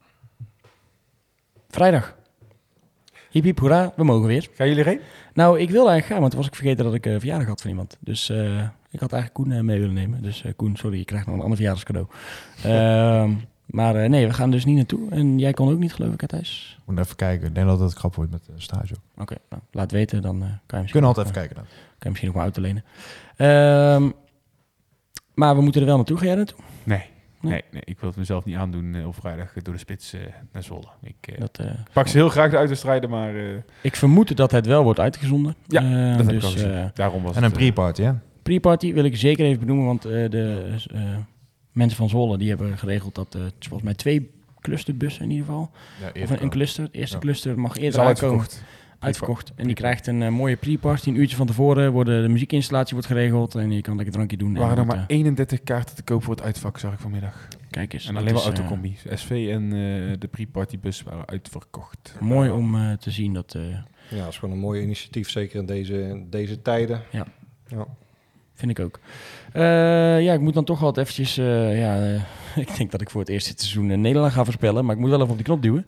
D: vrijdag. Hiep hiep, hoera, we mogen weer.
E: Gaan jullie erheen?
D: Nou, ik wilde eigenlijk gaan, maar toen was ik vergeten dat ik uh, verjaardag had van iemand. Dus uh, ik had eigenlijk Koen uh, mee willen nemen. Dus uh, Koen, sorry, je krijgt nog een ander verjaardagscadeau. Uh, maar uh, nee, we gaan dus niet naartoe. En jij kon ook niet, geloof ik, hè, Thijs?
H: Moet even kijken. Ik denk dat het grappig wordt met de stage ook.
D: Oké, okay, nou, laat weten, dan uh, kan je misschien...
H: Kunnen altijd
D: nog,
H: even kijken dan.
D: Kan je misschien nog maar uit te lenen. Uh, maar we moeten er wel naartoe. Ga jij naartoe?
E: Nee. Nee, nee, ik wil het mezelf niet aandoen uh, op vrijdag door de spits uh, naar Zwolle. Ik uh, dat, uh, pak ze heel graag de uitwedstrijden, maar... Uh...
D: Ik vermoed dat het wel wordt uitgezonden.
E: Ja,
D: uh,
E: dat
D: dus,
E: heb ik al gezien.
D: Uh,
E: Daarom was
H: en
E: het,
H: een pre-party, hè?
D: Pre-party wil ik zeker even benoemen, want uh, de uh, mensen van Zwolle die hebben geregeld dat uh, het is volgens mij twee clusterbussen in ieder geval. Ja, of een, een cluster. De eerste ja. cluster mag eerder aankomen. Uitverkocht. En die krijgt een uh, mooie pre-party. Een uurtje van tevoren worden de muziekinstallatie wordt geregeld. En je kan lekker drankje doen.
E: Er waren er maar uh, eenendertig kaarten te koop voor het uitvak, zag ik vanmiddag.
D: Kijk eens.
E: En alleen maar autocombi. Uh, S V en uh, de pre-partybus waren uitverkocht.
D: Mooi om uh, te zien dat... Uh,
F: ja, dat is gewoon een mooi initiatief, zeker in deze, deze tijden.
D: Ja.
F: ja.
D: Vind ik ook. Uh, ja, ik moet dan toch wel eventjes... Uh, ja, uh, ik denk dat ik voor het eerste seizoen uh, Nederland ga voorspellen. Maar ik moet wel even op die knop duwen.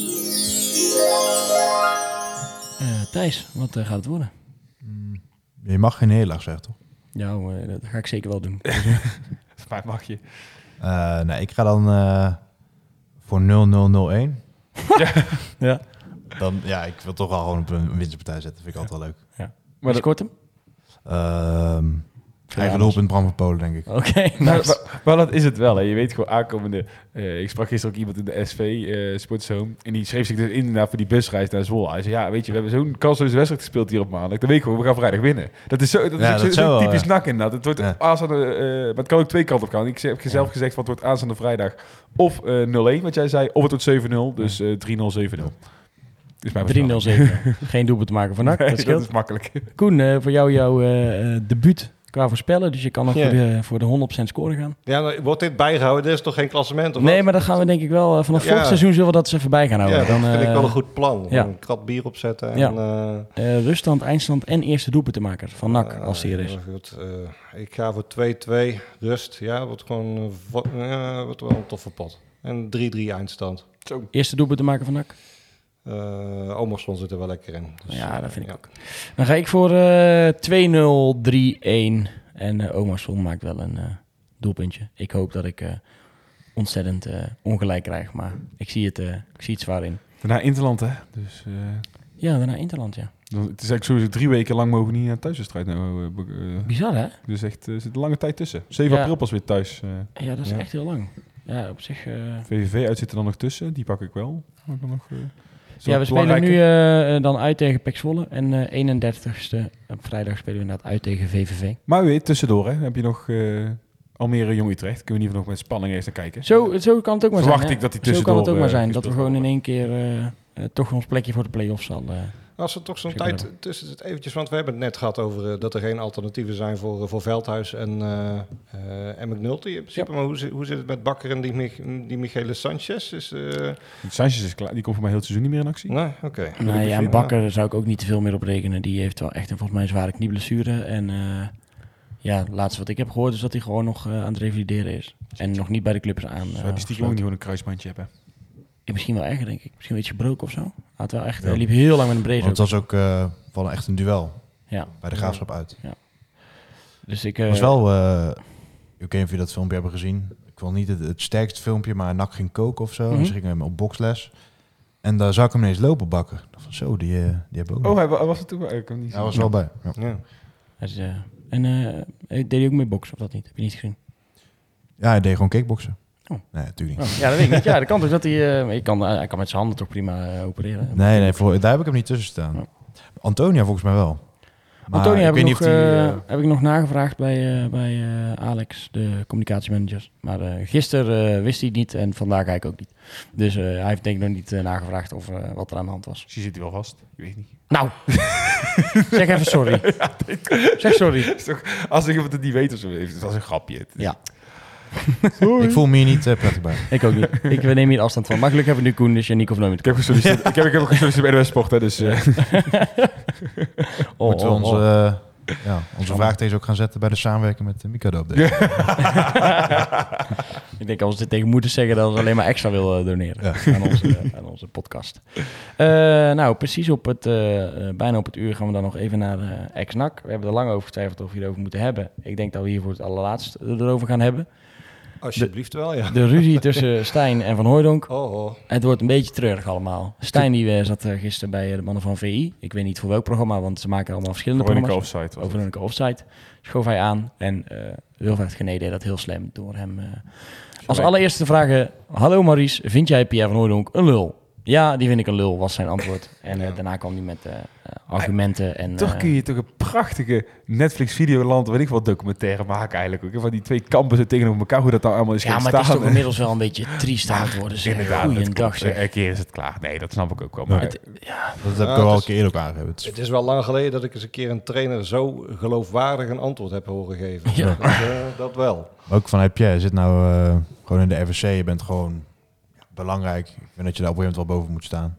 D: Uh, Thijs, wat uh, gaat het worden?
H: Mm, je mag geen nederlaag zeggen, toch?
D: Ja, uh, dat ga ik zeker wel doen.
E: Maar mag je?
H: Uh, nee, ik ga dan uh, voor nul nul nul een.
D: Ja. ja.
H: Dan, ja, ik wil toch wel gewoon op een winstpartij zetten. Vind ik altijd wel leuk.
D: Ja. Maar scoort hem?
H: Uh, Eigen doelpunt Bram van Polen, denk ik.
D: Oké, okay, nice.
E: maar, maar, maar dat is het wel. Hè. Je weet gewoon aankomende... Uh, ik sprak gisteren ook iemand in de S V, uh, Sportshome. En die schreef zich dus inderdaad voor die busreis naar Zwolle. Hij zei, ja, weet je, we hebben zo'n kansloze wedstrijd gespeeld hier op maandag. Dan weet ik gewoon, we gaan vrijdag winnen. Dat is zo, dat
H: ja,
E: is
H: dat
E: zo, zo typisch
H: ja.
E: N A C inderdaad. Het wordt ja. aanstaande... Uh, maar het kan ook twee kanten op gaan. Ik heb zelf ja. gezegd, van het wordt aanstaande vrijdag of uh, nul een, wat jij zei, of het wordt zeven nul. Dus uh, drie nul zeven nul.
D: drie nul zeven. Geen doelpunt te maken van N A C.
E: Nee,
D: dat,
E: dat is makkelijk.
D: Koen, uh, voor jou jouw uh, debuut qua voorspellen. Dus je kan nog yeah. voor, de, voor de honderd procent scoren gaan.
F: Ja, nou, wordt dit bijgehouden? Dit is toch geen klassement? Of
D: nee,
F: wat?
D: maar dat gaan we denk ik wel... Uh, vanaf ja. volgend seizoen zullen we dat eens even bij gaan houden.
F: Ja,
D: dan
F: vind
D: uh,
F: ik wel een goed plan.
D: Ja.
F: Een krat bier opzetten. En,
D: ja.
F: uh,
D: uh, ruststand, eindstand en eerste doelpunt te maken van N A C, uh, als die er is.
F: Goed, uh, ik ga voor twee twee rust. Ja, wordt gewoon uh, vo- uh, wordt wel een toffe pot. En drie drie eindstand.
D: Zo. Eerste doelpunt te maken van N A C?
F: Uh, Omerson zit er wel lekker in. Dus,
D: ja, dat vind
F: ja.
D: ik ook. Dan ga ik voor uh, twee nul, drie een. En uh, Omerson maakt wel een uh, doelpuntje. Ik hoop dat ik uh, ontzettend uh, ongelijk krijg. Maar ik zie het, uh, ik zie het zwaar in.
E: Daarna Interland, hè? Dus, uh...
D: ja, daarna Interland, ja.
E: Dan, het is eigenlijk sowieso drie weken lang mogen we niet naar thuiswedstrijd. Nou, uh, uh,
D: Bizar, hè?
E: Dus echt, er uh, zit een lange tijd tussen. zeven april pas weer thuis. Uh.
D: Ja, dat is
E: ja.
D: echt heel lang. Ja, op zich... Uh...
E: V V V uit zit er dan nog tussen. Die pak ik wel. Dan nog, uh,
D: ja, we spelen nu uh, dan uit tegen P E C Zwolle. En uh, eenendertigste op vrijdag spelen we inderdaad uit tegen V V V.
E: Maar weet, tussendoor hè, heb je nog uh, Almere Jong Utrecht. Kunnen we niet nog met spanning eens naar kijken.
D: Zo, zo kan het ook maar
E: Verwacht
D: zijn.
E: ik dat die tussendoor...
D: Zo kan het ook maar zijn.
E: Uh,
D: dat we gewoon in één keer uh, uh, toch ons plekje voor de play-offs zal... Uh,
F: Als er toch zo'n tijd tussen het eventjes, want we hebben het net gehad over uh, dat er geen alternatieven zijn voor, uh, voor Veldhuis en, uh, uh, en McNulty in principe. Ja. Maar hoe, zit, hoe zit het met Bakker en die, Mich- die Michele Sanchez? Is, uh...
E: Sanchez is klaar, die komt voor mij heel het seizoen niet meer in actie.
F: Nee, oké. Okay.
D: Nou ja, en Bakker daar zou ik ook niet te veel meer op rekenen. Die heeft wel echt een, volgens mij een zware knieblessure. En uh, ja, het laatste wat ik heb gehoord is dat hij gewoon nog uh, aan het revalideren is. En nog niet bij de club is aan.
E: Zou uh, die stiekem ook niet gewoon een kruisbandje hebben?
D: Ja, misschien wel erger, denk ik. Misschien een beetje gebroken of zo. Hij had wel echt, ja. Hij liep heel lang met een breed.
H: Want het was ook uh, wel echt een duel.
D: Ja.
H: Bij de Graafschap uit.
D: Ja. Dus ik... Uh,
H: was wel... Uh, ik weet niet of jullie dat filmpje hebben gezien. Ik wil niet het, het sterkste filmpje, maar N A C ging koken of zo. Mm-hmm. Ze gingen op boksles. En daar zag ik hem ineens lopen bakken. Van zo, die, uh, die hebben ook...
E: Oh, hij was er toen? Ik niet
H: hij was wel bij. Ja.
D: Ja. Is, uh, en uh, deed hij ook mee boksen of dat niet? Heb je niet gezien?
H: Ja, hij deed gewoon kickboksen.
D: Oh.
H: Nee, natuurlijk niet.
D: Oh, ja, dat weet ik niet. Ja, dat kan toch dat hij... Uh, kan, uh, hij kan met zijn handen toch prima uh, opereren?
H: Nee, nee, voor, daar heb ik hem niet tussen staan. Oh. Antonia volgens mij wel.
D: Maar Antonia heb ik, nog, die, uh, uh, heb ik nog nagevraagd bij, uh, bij uh, Alex, de communicatiemanager. Maar uh, gisteren uh, wist hij het niet en vandaag eigenlijk ook niet. Dus uh, hij heeft denk ik nog niet uh, nagevraagd of uh, wat er aan de hand was.
E: Misschien zit hij wel vast. Ik weet niet.
D: Nou, zeg even sorry. Zeg sorry.
E: Toch, als ik het niet weet of zo, dat is een grapje.
D: Ja.
H: Ik voel me hier niet uh, prettig bij.
D: Ik ook niet. Ik neem hier afstand van. Maar gelukkig hebben we nu Koen, dus Yannick hoeft nooit meer
E: Ik heb gesolliciteerd, ik heb, ik heb gesolliciteerd bij de Westsport, hè, dus... Uh.
D: oh,
H: Moeten we
D: oh,
H: onze,
D: oh.
H: uh, ja, onze vraagtekens ook gaan zetten bij de samenwerking met de Mikado op deze.
D: Ik denk als we dit tegen moeders zeggen dat ze alleen maar extra wil uh, doneren ja. aan, onze, uh, aan onze podcast. Uh, nou, precies op het, uh, uh, bijna op het uur gaan we dan nog even naar uh, ex-N A C. We hebben er lang over getwijfeld of we hierover moeten hebben. Ik denk dat we hier voor het allerlaatst erover gaan hebben.
F: Alsjeblieft wel, ja.
D: De ruzie tussen Stijn en Van Hooijdonk.
F: Oh, oh.
D: Het wordt een beetje treurig allemaal. Stijn die uh, zat uh, gisteren bij uh, de mannen van V I. Ik weet niet voor welk programma, want ze maken allemaal verschillende
E: Veronica
D: programma's.
E: Offside.
D: Over Veronica Offside. Schoof hij aan en uh, Wilfred Gené deed dat heel slim door hem... Uh, als allereerste te vragen... Hallo Maurice, vind jij Pierre Van Hooijdonk een lul? Ja, die vind ik een lul, was zijn antwoord. En uh, daarna kwam hij met uh, uh, argumenten. En,
E: toch
D: uh,
E: kun je toch een prachtige Netflix-videoland, weet ik wat, documentaire maken eigenlijk. Ook. Van die twee kampen tegenover elkaar, hoe dat dan allemaal is
D: ja,
E: gaan
D: maar
E: staan.
D: het is toch inmiddels wel een beetje triest aan het worden. Zeg.
E: Inderdaad,
D: Goeiedag, zeg.
E: Een keer is het klaar. Nee, dat snap ik ook wel. Maar
D: het, ja.
H: Dat heb
F: Ja,
H: ik al
F: het
H: een
F: is-
H: keer eerder ook aangegeven. Het is-
F: Het is wel lang geleden dat ik eens een keer een trainer zo geloofwaardig een antwoord heb horen geven.
D: Ja.
F: Dat, uh, dat wel.
H: Maar ook van, hey Pierre, je zit nou uh, gewoon in de R V C, je bent gewoon ja, belangrijk. Ik vind dat je daar op een gegeven moment wel boven moet staan.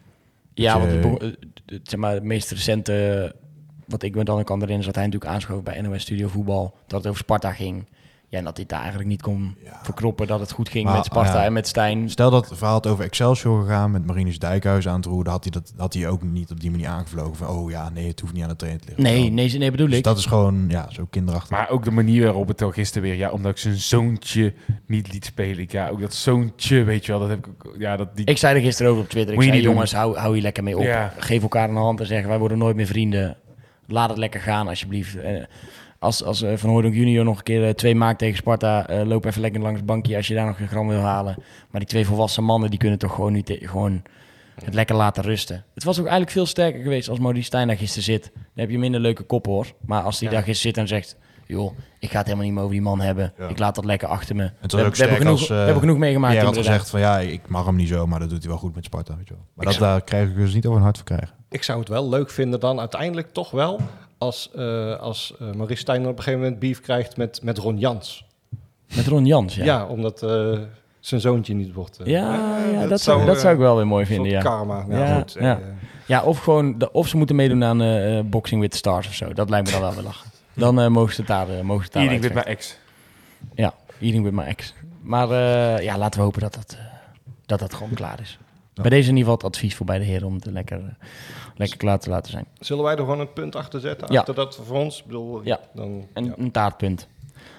D: Ja,
H: Dat
D: want
H: je-
D: het, begon- het, zeg maar, het meest recente, wat ik me dan kan herinneren, is dat hij natuurlijk aanschoof bij N O S Studio Voetbal, dat het over Sparta ging. Ja, en dat hij daar eigenlijk niet kon
H: Ja.
D: verkroppen dat het goed ging
H: Maar,
D: met Sparta
H: ja.
D: en met Stijn.
H: Stel dat het verhaal had over Excelsior gegaan met Marinus Dijkhuis aan te roeren, had hij, dat, had hij ook niet op die manier aangevlogen van, oh ja, nee, het hoeft niet aan de trainer te liggen.
D: Nee, nee, nee bedoel
H: Dus
D: ik.
H: dat is gewoon, ja, zo kinderachtig.
E: Maar ook de manier waarop het al gisteren weer, ja, omdat ik zijn zoontje niet liet spelen. Ik, ja, ook dat zoontje, weet je wel, dat heb ik ook, ja, dat die...
D: Ik zei er gisteren over op Twitter. Ik
E: Moet je
D: zei,
E: niet
D: jongens, hou, hou je lekker mee op.
E: Ja.
D: Geef elkaar een hand en zeg, wij worden nooit meer vrienden. Laat het lekker gaan, alsjeblieft. Eh, als als uh, Van Hooijdonk junior nog een keer uh, twee maakt tegen Sparta, uh, loop even lekker langs het bankje als je daar nog een gram wil halen. Maar die twee volwassen mannen, die kunnen toch gewoon niet te- gewoon het lekker laten rusten. Het was ook eigenlijk veel sterker geweest als Maurice Stijn daar gisteren zit. Dan heb je minder leuke kop, hoor. Maar als hij
F: Ja.
D: daar gisteren zit en zegt, joh, ik ga het helemaal niet meer over die man hebben.
H: Ja.
D: Ik laat dat lekker achter me.
H: Het
D: We,
H: was ook
D: we hebben
H: sterk
D: genoeg,
H: als,
D: we
H: uh,
D: hebben genoeg meegemaakt.
H: Pierre
D: in
H: had
D: Breda.
H: gezegd van, ja, ik mag hem niet zo, maar dat doet hij wel goed met Sparta, weet je wel. Maar
F: Ik
H: dat, daar krijg ik dus niet over een hart voor krijgen.
F: Ik zou het wel leuk vinden dan uiteindelijk toch wel als, uh, als uh, Maurice Stijn op een gegeven moment beef krijgt met, met Ron Jans.
D: Met Ron Jans,
F: Ja,
D: ja.
F: omdat uh, zijn zoontje niet wordt... Uh,
D: Ja, ja,
F: dat
D: dat, zou,
F: zou,
D: dat
F: eh,
D: zou ik wel weer mooi
F: een
D: vinden,
F: soort
D: ja.
F: karma. Nou,
D: Ja,
F: goed,
D: ja.
F: uh,
D: Ja, of gewoon, de, of ze moeten meedoen aan eh, eh, Boxing with the Stars of zo. Dat lijkt me dan wel weer lachen. Dan eh, mogen ze het daar, uh, mogen ze het daar
E: Eating with my
D: uitvechten.
E: ex.
D: Ja, eating with my ex. Maar uh, ja, laten we hopen dat dat, uh, dat, dat gewoon klaar is.
H: Ja.
D: Bij deze in ieder geval het advies voor beide heren om het lekker, uh, lekker klaar te laten zijn.
F: zullen wij er gewoon een punt achter zetten?
D: Ja.
F: Achter dat voor ons? Ik bedoel,
D: Ja.
F: Dan,
D: En
F: ja.
D: een taartpunt.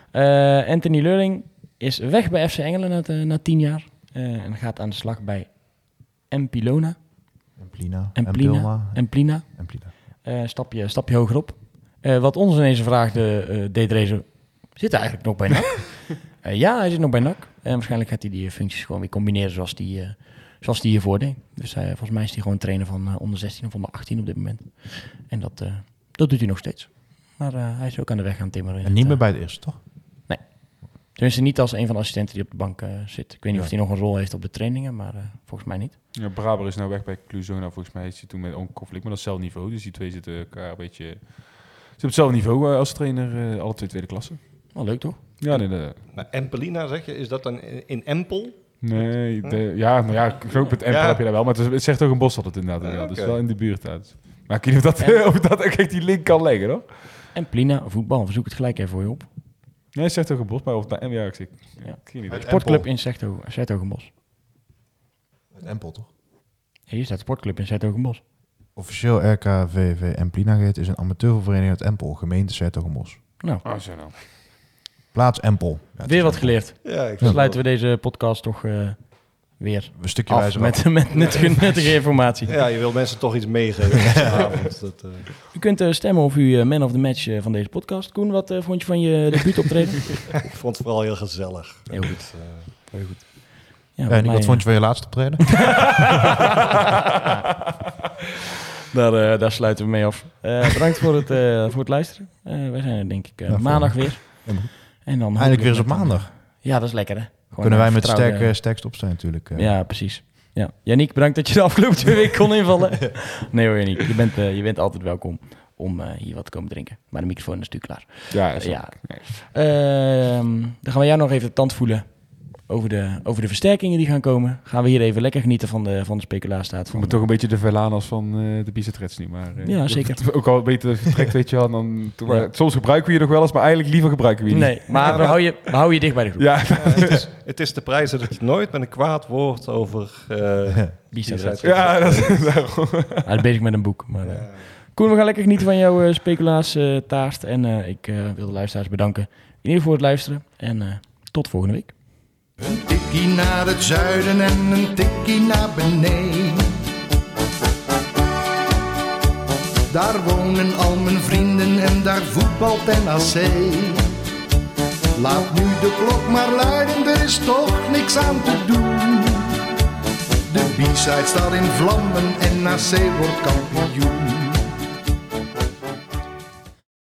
D: Uh, Anthony Leurling is weg bij F C Engelen na, uh, na tien jaar. Uh, en gaat aan de slag bij Empilona.
H: Emplina,
D: Emplina.
H: Empilma,
D: Emplina.
H: Emplina.
D: Uh, stapje, stapje hogerop. Uh, wat ons ineens vraagde, uh, deed Rezo, zit hij eigenlijk nog bij N A C? uh, ja, hij zit nog bij N A C. En waarschijnlijk gaat hij die functies gewoon weer combineren zoals die, uh, zoals die hiervoor deed. Dus uh, volgens mij is hij gewoon trainer van uh, onder zestien of onder achttien op dit moment. En dat, uh, dat doet hij nog steeds. Maar uh, hij is ook aan de weg gaan timmeren.
H: En niet meer bij de eerste, toch?
D: Tenminste niet als een van de assistenten die op de bank uh, zit. Ik weet niet
H: Ja.
D: of hij nog een rol heeft op de trainingen, maar uh, volgens mij niet.
E: Ja, Braber is nou weg bij Cluzona. Volgens mij is hij toen met onconflict, maar dat is hetzelfde niveau. Dus die twee zitten elkaar een beetje... Ze hebben hetzelfde niveau uh, als trainer, uh, alle twee tweede klasse.
D: Wel leuk toch?
E: Ja, nee, nee.
F: Maar Empelina, zeg je, is dat dan in, in Empel?
E: Nee, de, ja, nou ja, ik geloof met Empel
F: Ja.
E: heb je daar wel, maar het, is, het zegt ook een bos dat het inderdaad
F: Ja,
E: wel.
F: oké.
E: Dus wel in de buurt uit. Maar ik weet niet of dat,
D: Ja.
E: of dat ook echt die link kan leggen, hoor.
D: En Plina, voetbal, we zoeken het gelijk even voor je op.
E: Nee, het zegt ook een bos, maar of het bij M, ja, ik zie.
D: Ja.
E: Ja. Geen idee.
H: Uit
D: Sportclub
H: Empel.
D: in Zerto- Zertogenbosch.
H: Uit Empel, toch?
D: Hier staat sportclub in Zertogenbosch.
H: Officieel R K V V Emplina Gate is een amateurvereniging uit Empel, gemeente Zertogenbosch.
D: Nou,
E: Oh, zo nou.
H: Plaats Empel. Ja, het
D: weer
H: is
D: wat
H: Empel.
D: geleerd.
F: Ja, ik
D: Dan sluiten we deze podcast toch uh, weer
H: Een stukje
D: af
H: wijzer
D: met, met nuttige, nuttige informatie.
F: Ja, je wil mensen toch iets meegeven deze avond. Dat, uh...
D: U kunt uh, stemmen of u uh, man of the match uh, van deze podcast. Koen, wat uh, vond je van je debuutoptreden?
F: Ik vond het vooral heel gezellig.
D: Heel goed.
F: Dat, uh,
D: Heel goed.
H: Ja,
D: bij
H: en
D: mij,
H: wat vond je van je laatste optreden?
D: Daar, uh, daar sluiten we mee af. Uh, bedankt voor het, uh, voor het luisteren. Uh, wij zijn er denk ik uh,
H: Ja,
D: maandag weer.
H: Helemaal goed.
D: En dan
H: Eindelijk weer eens op
D: met een-
H: maandag.
D: Ja, dat is lekker hè. Gewoon
H: Kunnen wij
D: een
H: met
D: vertrouwde-
H: sterke, sterkste opstaan natuurlijk. eh.
D: Ja, precies. Ja. Yannick, bedankt dat je de afgelopen twee weken kon invallen. Nee hoor, Yannick. Je bent, uh, je bent altijd welkom om uh, hier wat te komen drinken. Maar de microfoon is natuurlijk klaar.
E: Ja, dat is
D: Uh, ja.
E: nee.
D: Uh, dan gaan we jou nog even de tand voelen over de, over de versterkingen die gaan komen. Gaan we hier even lekker genieten van de, van de speculaarstaat.
E: Ik voel me toch een beetje de Verlanas van uh, de Bizetrets nu. Maar, uh,
D: ja, zeker.
E: Ook al beter vertrekt, weet je wel. Dan, toen, ja. Soms gebruiken we je nog wel eens, maar eigenlijk liever gebruiken we je niet.
D: Nee, maar we houden je, we houden je dicht bij de groep.
E: Ja.
F: Ja, het, is, het is de prijs dat ik nooit met een kwaad woord over uh,
D: Bizetrets.
E: Ja, dat is daarom.
D: Hij is bezig met een boek. Maar, uh. Koen, we gaan lekker genieten van jouw uh, speculaas uh, taart. En uh, ik uh, wil de luisteraars bedanken. In ieder geval voor het luisteren. En uh, tot volgende week.
C: Een tikkie naar het zuiden en een tikkie naar beneden. Daar wonen al mijn vrienden en daar voetbalt N A C. Laat nu de klok maar luiden, er is toch niks aan te doen. De B-side staat in vlammen en N A C wordt kampioen.